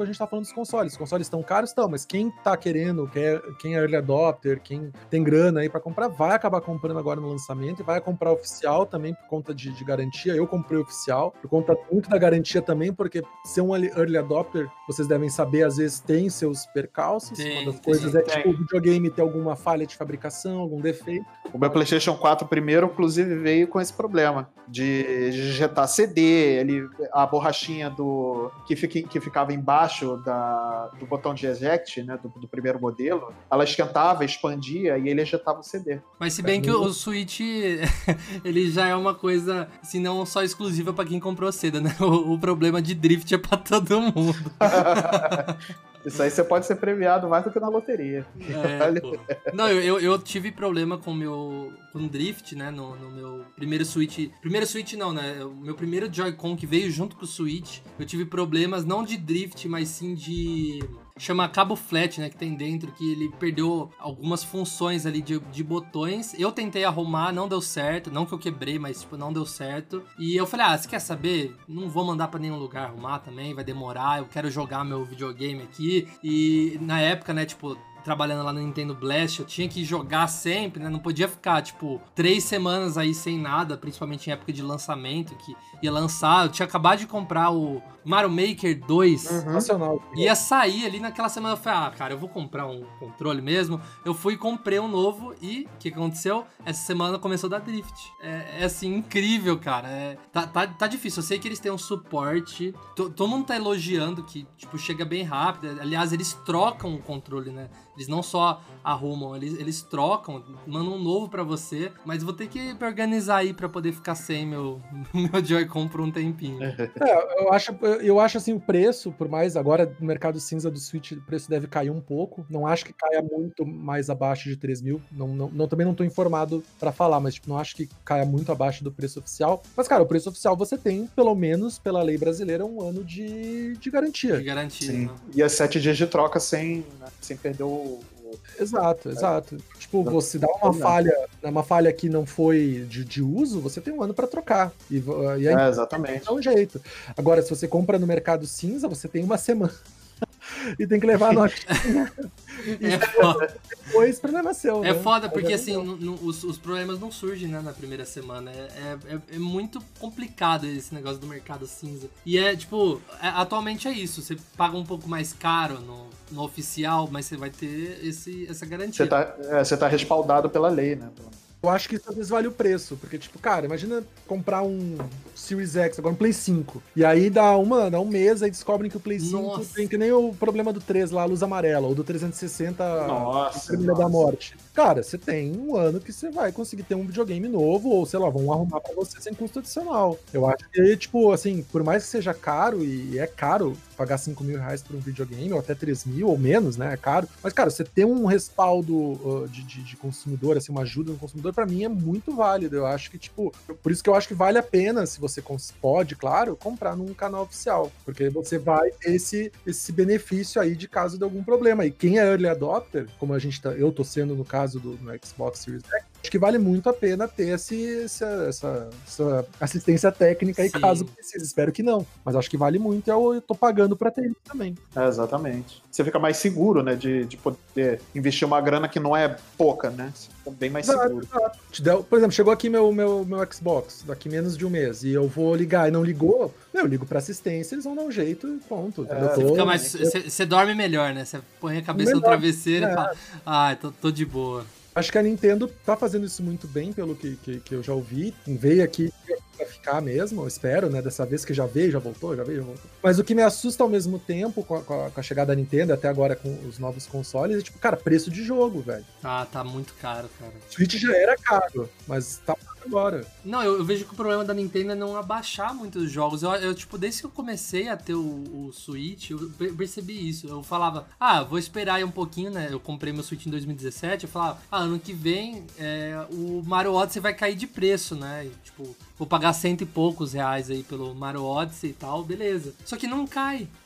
dos consoles. Os consoles estão caros, estão, mas quem tá querendo, quer, quem é early adopter, quem tem grana aí pra comprar, vai acabar comprando agora no lançamento e vai comprar oficial também por conta de, de garantia. Eu comprei oficial, por conta muito da garantia também, porque ser um early adopter, vocês devem saber, às vezes tem seus percalços. Tem, Uma das coisas tem, é tipo o videogame ter alguma falha de fabricação, algum defeito. O meu PlayStation quatro primeiro, inclusive, veio com esse problema de injetar C D, ele, a borrachinha do, que, fica, que ficava embaixo da, do botão de eject, né, do, do primeiro modelo, ela esquentava, expandia e ele injetava o C D. Mas se bem que o, o Switch, ele já é uma coisa, assim, não só exclusiva pra quem comprou cedo, né? O, o problema de drift é pra todo mundo. Isso aí você pode ser premiado mais do que na loteria. É, pô. Não, eu, eu, eu tive problema com o meu com drift, né, no, no meu primeiro Switch. Primeiro Switch não, né, o meu primeiro Joy-Con que veio junto com o Switch, eu tive problemas não de drift, mas sim de... chama cabo flat, né, que tem dentro, que ele perdeu algumas funções ali de, de botões. Eu tentei arrumar, não deu certo, não que eu quebrei, mas tipo, não deu certo. E eu falei, ah, você quer saber? Não vou mandar pra nenhum lugar arrumar também, vai demorar, eu quero jogar meu videogame aqui. E na época, né, tipo, trabalhando lá no Nintendo Blast, eu tinha que jogar sempre, né? Não podia ficar, tipo, três semanas aí sem nada, principalmente em época de lançamento, que ia lançar. Eu tinha acabado de comprar o Mario Maker dois. Uhum. Nacional. Ia sair ali naquela semana. Eu falei, ah, cara, eu vou comprar um controle mesmo. Eu fui e comprei um novo e o que aconteceu? Essa semana começou a dar drift. É, é assim, incrível, cara. É, tá, tá, tá difícil. Eu sei que eles têm um suporte. T- todo mundo tá elogiando que, tipo, chega bem rápido. Aliás, eles trocam o controle, né? Eles não só arrumam, eles, eles trocam, mandam um novo pra você, mas vou ter que me organizar aí pra poder ficar sem meu, meu Joy-Con por um tempinho. É, eu acho, eu acho assim, o preço, por mais agora no mercado cinza do Switch, o preço deve cair um pouco. Não acho que caia muito mais abaixo de três mil. Não, não, não, também não tô informado pra falar, mas tipo, não acho que caia muito abaixo do preço oficial. Mas, cara, o preço oficial você tem, pelo menos pela lei brasileira, um ano de, de garantia. De garantia. Sim. Né? E as sete dias de troca sem, né, sem perder o. Exato, exato. Tipo, você dá uma falha, uma falha que não foi de, de uso, você tem um ano pra trocar. E, e aí É, exatamente. dá um jeito. Agora, se você compra no mercado cinza, você tem uma semana. E tem que levar a notinha. E É foda. depois, problema seu. É né? foda, porque Aí assim, não- não- os, os problemas não surgem, né, na primeira semana. É, é, é muito complicado esse negócio do mercado cinza. E é, tipo, é- atualmente é isso. Você paga um pouco mais caro no, no oficial, mas você vai ter esse, essa garantia. Você tá, é, você tá respaldado pela lei, né? Eu acho que isso às vezes vale o preço, porque, tipo, cara, imagina comprar um Series X, agora um Play cinco, e aí dá, uma, dá um mês, aí descobrem que o Play cinco Nossa. tem que nem o problema do três lá, a luz amarela, ou do trezentos e sessenta, Nossa, Termina da nossa. Morte. Cara, você tem um ano que você vai conseguir ter um videogame novo, ou sei lá, vão arrumar pra você sem custo adicional. Eu acho que, tipo, assim, por mais que seja caro, e é caro pagar cinco mil reais por um videogame, ou até três mil, ou menos, né, é caro, mas, cara, você ter um respaldo uh, de, de, de consumidor, assim, uma ajuda no consumidor, pra mim é muito válido. Eu acho que, tipo, por isso que eu acho que vale a pena, se você cons- pode, claro, comprar num canal oficial, porque você vai ter esse, esse benefício aí de caso de algum problema. E quem é early adopter, como a gente tá, eu tô sendo no caso do no Xbox Series X, acho que vale muito a pena ter esse, essa, essa, essa assistência técnica aí, Sim. caso precise. Espero que não, mas acho que vale muito e eu, eu tô pagando pra ter isso também. É, exatamente. Você fica mais seguro, né? De, de poder investir uma grana que não é pouca, né? Você fica bem mais Exato, seguro. exato. Te deu- Por exemplo, chegou aqui meu, meu, meu Xbox, daqui menos de um mês, e eu vou ligar e não ligou, eu ligo pra assistência, eles vão dar um jeito e ponto. É, Eu tô- Fica mais, você dorme melhor, né? Você põe a cabeça no Melhor, travesseiro é. e fala, ah, tô, tô de boa. Acho que a Nintendo tá fazendo isso muito bem, pelo que, que, que eu já ouvi. Veio aqui pra ficar mesmo, eu espero, né? Dessa vez que já veio, já voltou, já veio, já voltou. Mas o que me assusta ao mesmo tempo com a, com a- com a chegada da Nintendo, até agora com os novos consoles, é tipo, cara, preço de jogo, velho. Ah, tá muito caro, cara. Switch já era caro, mas tá caro agora. Não, eu, eu vejo que o problema da Nintendo é não abaixar muitos jogos. Eu, eu, tipo, desde que eu comecei a ter o, o Switch, eu per- percebi isso. Eu falava, ah, vou esperar aí um pouquinho, né? Eu comprei meu Switch em dois mil e dezessete, eu falava, ah, ano que vem é, o Mario Odyssey vai cair de preço, né? E, tipo, vou pagar cento e poucos reais aí pelo Mario Odyssey e tal, beleza. Só que não cai.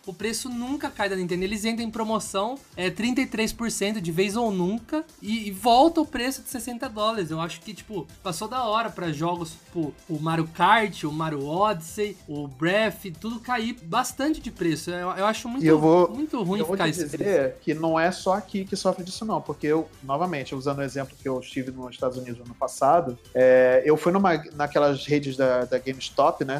o preço nunca cai da Nintendo. Eles entram em promoção, é trinta e três por cento de vez ou nunca, e, e volta o preço de sessenta dólares. Eu acho que, tipo, passou da hora pra jogos, tipo, o Mario Kart, o Mario Odyssey, o Breath, tudo cair bastante de preço. Eu, eu acho muito, eu vou, muito ruim eu vou ficar te esse dizer preço. que não é só aqui que sofre disso, não, porque eu, novamente, usando o exemplo que eu estive nos Estados Unidos no ano passado, é, eu fui numa, naquelas redes da, da GameStop, né,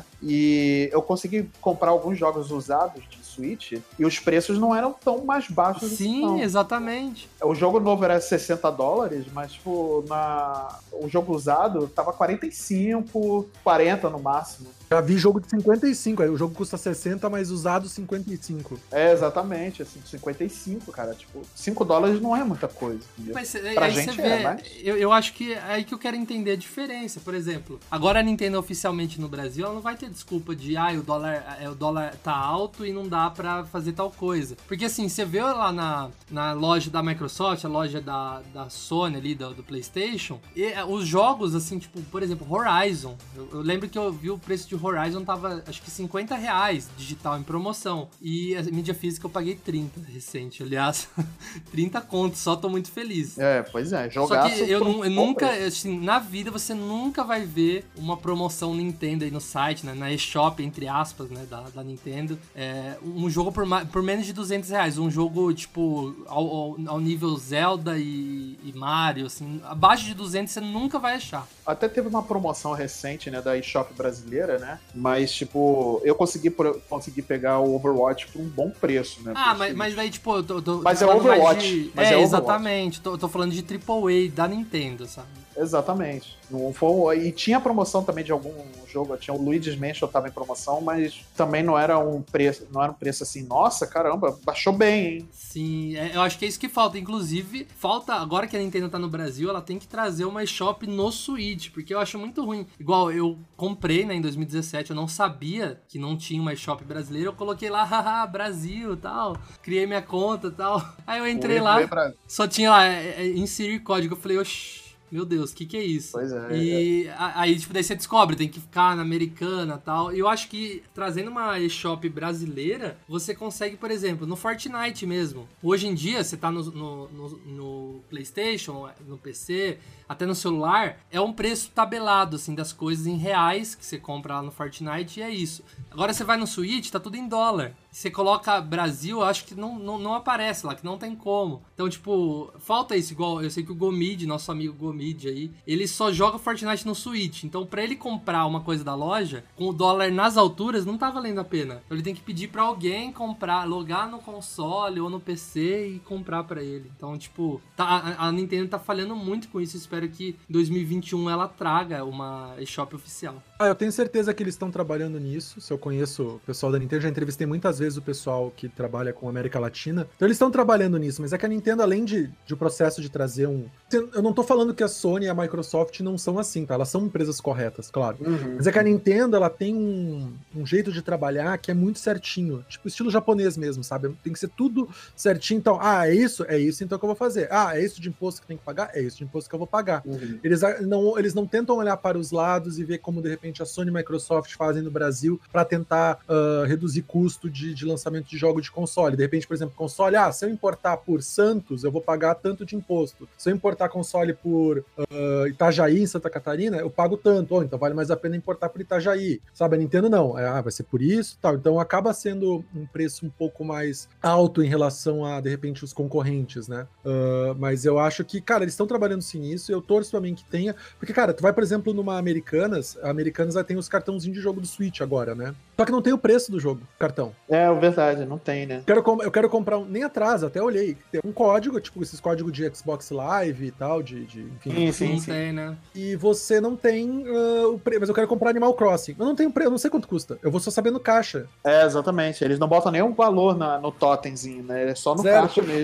e eu consegui comprar alguns jogos usados de Switch e os preços não eram tão mais baixos assim, Sim, não. exatamente. O jogo novo era sessenta dólares, mas, tipo, na... o jogo usado tava quarenta e cinco, quarenta no máximo. Já vi jogo de cinquenta e cinco, aí o jogo custa sessenta, mas usado cinquenta e cinco. É, exatamente, assim, cinquenta e cinco, cara. Tipo, cinco dólares não é muita coisa. Entendeu? Mas pra aí gente você vê, é, mas... eu, eu acho que é aí que eu quero entender a diferença. Por exemplo, agora a Nintendo oficialmente no Brasil, ela não vai ter desculpa de, ah, o dólar, é, o dólar tá alto e não dá pra fazer tal coisa. Porque assim, você vê lá na, na loja da Microsoft, a loja da, da Sony ali, do, do PlayStation, e, é, os jogos, assim, tipo, por exemplo, Horizon. Eu, eu lembro que eu vi o preço de Horizon tava, acho que cinquenta reais digital em promoção. E a mídia física eu paguei trinta recente, aliás. trinta contos, só tô muito feliz. É, pois é, jogaço. Só que eu, por um nu- eu bom nunca, preço. assim, na vida você nunca vai ver uma promoção Nintendo aí no site, né, na eShop, entre aspas, né, da, da Nintendo. É, um jogo por, ma- por menos de duzentos reais, um jogo, tipo, ao, ao, ao nível Zelda e, e Mario, assim, abaixo de duzentos você nunca vai achar. Até teve uma promoção recente, né, da eShop brasileira, né? Mas, tipo, eu consegui, por- consegui pegar o Overwatch por um bom preço, né? Ah, por mas, isso. mas daí, tipo, eu tô, tô Mas tô é falando mais Overwatch, de- mas é, é Overwatch. exatamente. Tô, tô falando de Triple A da Nintendo, sabe? Exatamente. Não foi, e tinha promoção também de algum jogo, tinha o Luigi's Mansion tava em promoção, mas também não era um preço, não era um preço assim, nossa, caramba, baixou bem, hein? Sim, é, eu acho que é isso que falta. Inclusive, falta, agora que a Nintendo tá no Brasil, ela tem que trazer uma eShop no Switch, porque eu acho muito ruim. Igual, eu comprei, né, em dois mil e dezessete, eu não sabia que não tinha uma eShop brasileira, eu coloquei lá, haha, Brasil e tal, criei minha conta e tal. Aí eu entrei O lá, E pra- só tinha lá, é, é, inserir código, eu falei, oxi. Meu Deus, o que que é isso? Pois é. E a- aí, tipo, daí você descobre, tem que ficar na americana e tal. E eu acho que trazendo uma eShop brasileira, você consegue, por exemplo, no Fortnite mesmo. Hoje em dia, você tá no, no, no, no PlayStation, no P C, até no celular, é um preço tabelado, assim, das coisas em reais que você compra lá no Fortnite e é isso. Agora você vai no Switch, tá tudo em dólar. Você coloca Brasil, eu acho que não, não, não aparece lá, que não tem como. Então, tipo, falta isso. Igual, eu sei que o Gomid, nosso amigo Gomid aí, ele só joga Fortnite no Switch. Então, pra ele comprar uma coisa da loja, com o dólar nas alturas, não tá valendo a pena. Então, ele tem que pedir pra alguém comprar, logar no console ou no P C e comprar pra ele. Então, tipo, tá, a, a Nintendo tá falhando muito com isso. Espero que em dois mil e vinte e um ela traga uma eShop oficial. Ah, eu tenho certeza que eles estão trabalhando nisso. Se eu conheço o pessoal da Nintendo, já entrevistei muitas vezes o pessoal que trabalha com América Latina. Então eles estão trabalhando nisso, mas é que a Nintendo, além de, de o processo de trazer um... Eu não tô falando que a Sony e a Microsoft não são assim, tá? Elas são empresas corretas, claro. Uhum. Mas é que a Nintendo, ela tem um, um jeito de trabalhar que é muito certinho. Tipo, estilo japonês mesmo, sabe? Tem que ser tudo certinho. Então, ah, é isso? É isso então que eu vou fazer. Ah, é isso de imposto que tem que pagar? É isso de imposto que eu vou pagar. Uhum. Eles não, eles não tentam olhar para os lados e ver como, de repente, a Sony e a Microsoft fazem no Brasil para tentar uh, reduzir custo de, de lançamento de jogo de console. De repente, por exemplo, console, ah, se eu importar por Santos, eu vou pagar tanto de imposto. Se eu importar console por uh, Itajaí, em Santa Catarina, eu pago tanto. Oh, então vale mais a pena importar por Itajaí. Sabe, a Nintendo não. É, ah, vai ser por isso tal. Então acaba sendo um preço um pouco mais alto em relação a, de repente, os concorrentes, né? Uh, mas eu acho que, cara, eles estão trabalhando sim nisso, eu torço também que tenha, porque, cara, tu vai, por exemplo, numa Americanas, a Americanas vai ter os cartãozinhos de jogo do Switch agora, né? Só que não tem o preço do jogo, cartão. É, verdade, não tem, né? Eu quero, com- eu quero comprar, um, nem atrasa, até olhei, tem um código, tipo esses códigos de Xbox Live e tal, de, de enfim. Sim, sim, não sim. tem, né? E você não tem uh, o preço, mas eu quero comprar Animal Crossing. Eu não tenho preço, eu não sei quanto custa, eu vou só saber no caixa. É, exatamente. Eles não botam nenhum valor na, no totemzinho, né? É só no Zero. caixa mesmo, é.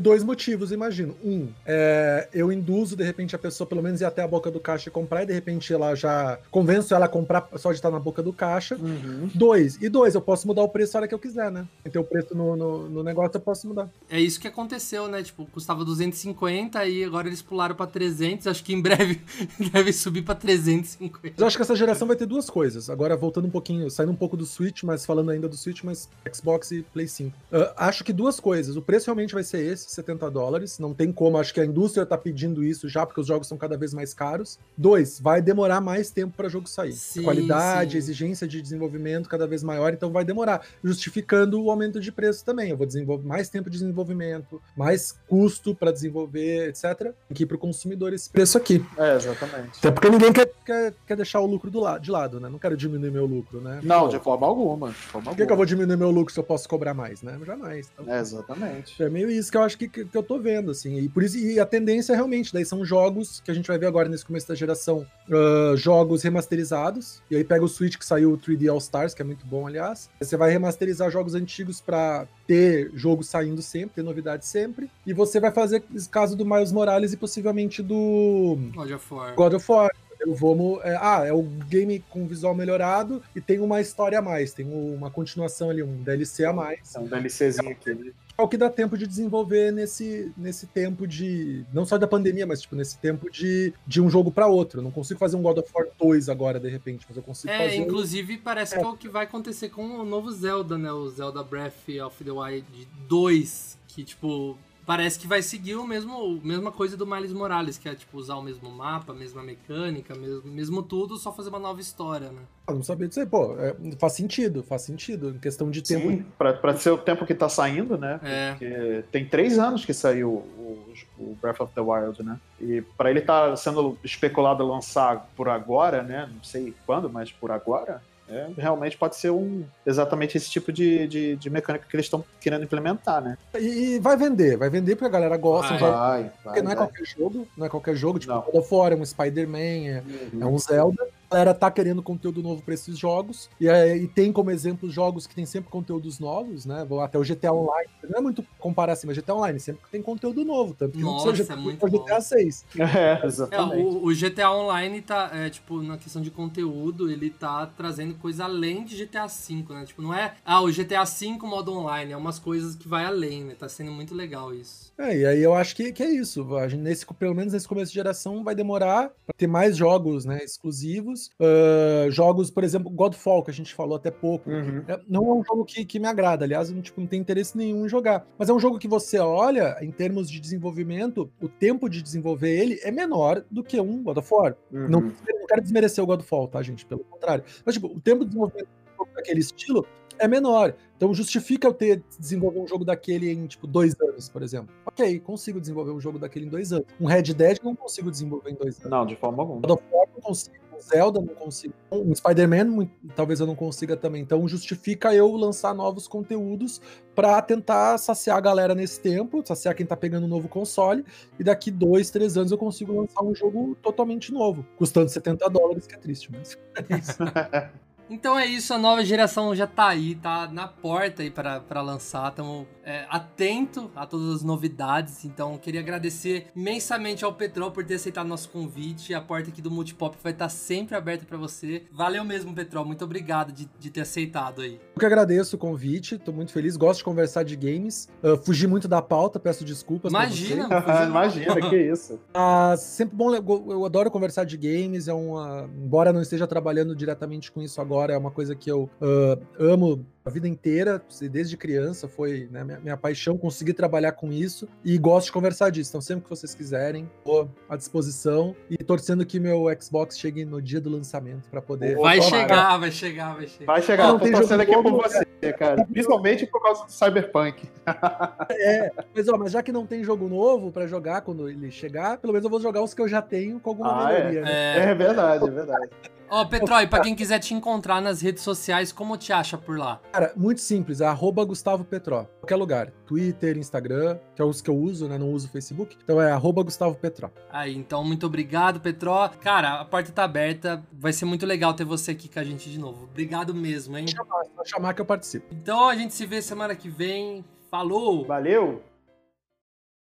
Dois motivos, imagino. Um, é, eu induzo, de repente, a pessoa pelo menos ir até a boca do caixa e comprar, e de repente ela já convenço ela a comprar só de estar na boca do caixa. Uhum. Dois, e dois, eu posso mudar o preço a hora que eu quiser, né? Então o preço no, no, no negócio eu posso mudar. É isso que aconteceu, né? Tipo, custava duzentos e cinquenta e agora eles pularam pra trezentos. Acho que em breve deve subir pra trezentos e cinquenta. Mas eu acho que essa geração vai ter duas coisas. Agora, voltando um pouquinho, saindo um pouco do Switch, mas falando ainda do Switch, mas Xbox e Play cinco. Uh, acho que duas coisas. O preço realmente vai ser esse, setenta dólares. Não tem como, acho que a indústria tá pedindo isso já, porque os jogos são cada vez mais caros. Dois, vai demorar mais tempo para jogo sair. Sim, a qualidade, sim. a exigência de desenvolvimento cada vez maior, então vai demorar. Justificando o aumento de preço também. Eu vou desenvolver mais tempo de desenvolvimento, mais custo para desenvolver, etcétera. Tem que ir pro consumidor esse preço aqui. É, exatamente. Até porque ninguém quer, quer, quer deixar o lucro do la de lado, né? Não quero diminuir meu lucro, né? Não, Pô, de forma alguma. De forma por que, que eu vou diminuir meu lucro se eu posso cobrar mais, né? Jamais. Então, É, exatamente. é meio isso que eu acho que, que, que eu tô vendo, assim. E por isso, e a tendência realmente, daí são jogos que a gente vai ver agora nesse começo da geração, uh, jogos remasterizados. E aí pega o Switch que saiu o três D All Stars, que é muito bom, aliás. Você vai remasterizar jogos antigos pra ter jogo saindo sempre, ter novidade sempre. E você vai fazer esse caso do Miles Morales e possivelmente do God of War. God of War. Eu vou, é, ah, é o game com visual melhorado e tem uma história a mais, tem uma continuação ali, um D L C a mais. É um DLCzinho aqui. É o que dá tempo de desenvolver nesse, nesse tempo de, não só da pandemia, mas tipo, nesse tempo de, de um jogo para outro. Eu não consigo fazer um God of War dois agora, de repente, mas eu consigo É, fazer... inclusive parece que é o que vai acontecer com o novo Zelda, né? O Zelda Breath of the Wild dois, que tipo... Parece que vai seguir o mesmo, a mesma coisa do Miles Morales, que é tipo usar o mesmo mapa, a mesma mecânica, mesmo, mesmo tudo, só fazer uma nova história, né? Eu não sabia disso aí, pô, é, faz sentido, faz sentido, em questão de tempo. Sim, pra, pra ser o tempo que tá saindo, né? É. Porque tem três anos que saiu o, o Breath of the Wild, né? E pra ele tá sendo especulado lançar por agora, né? Não sei quando, mas por agora... É, realmente pode ser um exatamente esse tipo de, de, de mecânica que eles estão querendo implementar, né? E, e vai vender, vai vender porque a galera gosta. Vai, já, Vai, vai, porque não é vai. qualquer jogo, não é qualquer jogo, tipo, Não. God of War, é um Spider-Man, é, Uhum. é um Zelda. A galera tá querendo conteúdo novo pra esses jogos, e, é, e tem como exemplo jogos que tem sempre conteúdos novos, né? Vou até o G T A Online, não é muito comparar assim, mas G T A Online sempre tem conteúdo novo, tanto que Nossa, não precisa é G- muito G T A seis. É, É, exatamente. o, o G T A Online tá, é, tipo, na questão de conteúdo, ele tá trazendo coisa além de G T A cinco, né? Tipo, não é, ah, o G T A cinco modo online, é umas coisas que vai além, né? Tá sendo muito legal isso. É, e aí eu acho que, que é isso. A gente, nesse, pelo menos nesse começo de geração, vai demorar pra ter mais jogos, né, exclusivos. Uh, jogos, por exemplo, Godfall, que a gente falou até pouco. Uhum. É, não é um jogo que, que me agrada, aliás, eu, tipo, não tenho interesse nenhum em jogar. Mas é um jogo que você olha, em termos de desenvolvimento, o tempo de desenvolver ele é menor do que um God of War. Uhum. Não, não quero desmerecer o Godfall, tá, gente? Pelo contrário. Mas, tipo, o tempo de desenvolvimento de um jogo daquele estilo é menor. Então justifica eu ter desenvolver um jogo daquele em, tipo, dois anos, por exemplo. Ok, consigo desenvolver um jogo daquele em dois anos. Um Red Dead não consigo desenvolver em dois anos. Não, de forma alguma. God of War não consigo. Um Zelda não consigo. Um Spider-Man muito- talvez eu não consiga também. Então justifica eu lançar novos conteúdos pra tentar saciar a galera nesse tempo, saciar quem tá pegando um novo console, e daqui dois, três anos eu consigo lançar um jogo totalmente novo, custando setenta dólares, que é triste, mas é isso. Então é isso, a nova geração já tá aí, tá na porta aí pra, pra lançar, estamos é, atento a todas as novidades, então queria agradecer imensamente ao Petrol por ter aceitado nosso convite, a porta aqui do Multipop vai estar sempre aberta pra você. Valeu mesmo, Petrol, muito obrigado de, de ter aceitado aí. Eu que agradeço o convite, tô muito feliz, gosto de conversar de games, uh, fugi muito da pauta, peço desculpas pra Imagina, vocês. fazendo- Imagina, que isso. Ah, sempre bom, eu eu adoro conversar de games, é uma, embora não esteja trabalhando diretamente com isso agora, é uma coisa que eu uh, amo a vida inteira, desde criança, foi, né, minha, minha paixão conseguir trabalhar com isso, e gosto de conversar disso, então sempre que vocês quiserem, tô à disposição, e torcendo que meu Xbox chegue no dia do lançamento, pra poder... Ô, Vai tomara. chegar, vai chegar, vai chegar. Vai chegar, Não, tô tem torcendo jogo aqui por novo, você, cara. Principalmente por causa do Cyberpunk. É, mas, ó, mas já que não tem jogo novo pra jogar quando ele chegar, pelo menos eu vou jogar os que eu já tenho com alguma Ah, é? melhoria, né? É. É verdade, é verdade. Ó, Petrol, e pra quem quiser te encontrar nas redes sociais, como te acha por lá? Cara, muito simples, é arroba Gustavo Petró. Qualquer lugar. Twitter, Instagram, que é os que eu uso, né? Não uso Facebook. Então é arroba Gustavo Petró. Aí, então, muito obrigado, Petró. Cara, a porta tá aberta. Vai ser muito legal ter você aqui com a gente de novo. Obrigado mesmo, hein? Chamar, só chamar que eu participo. Então, a gente se vê semana que vem. Falou! Valeu!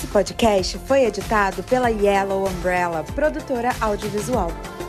Esse podcast foi editado pela Yellow Umbrella, produtora audiovisual.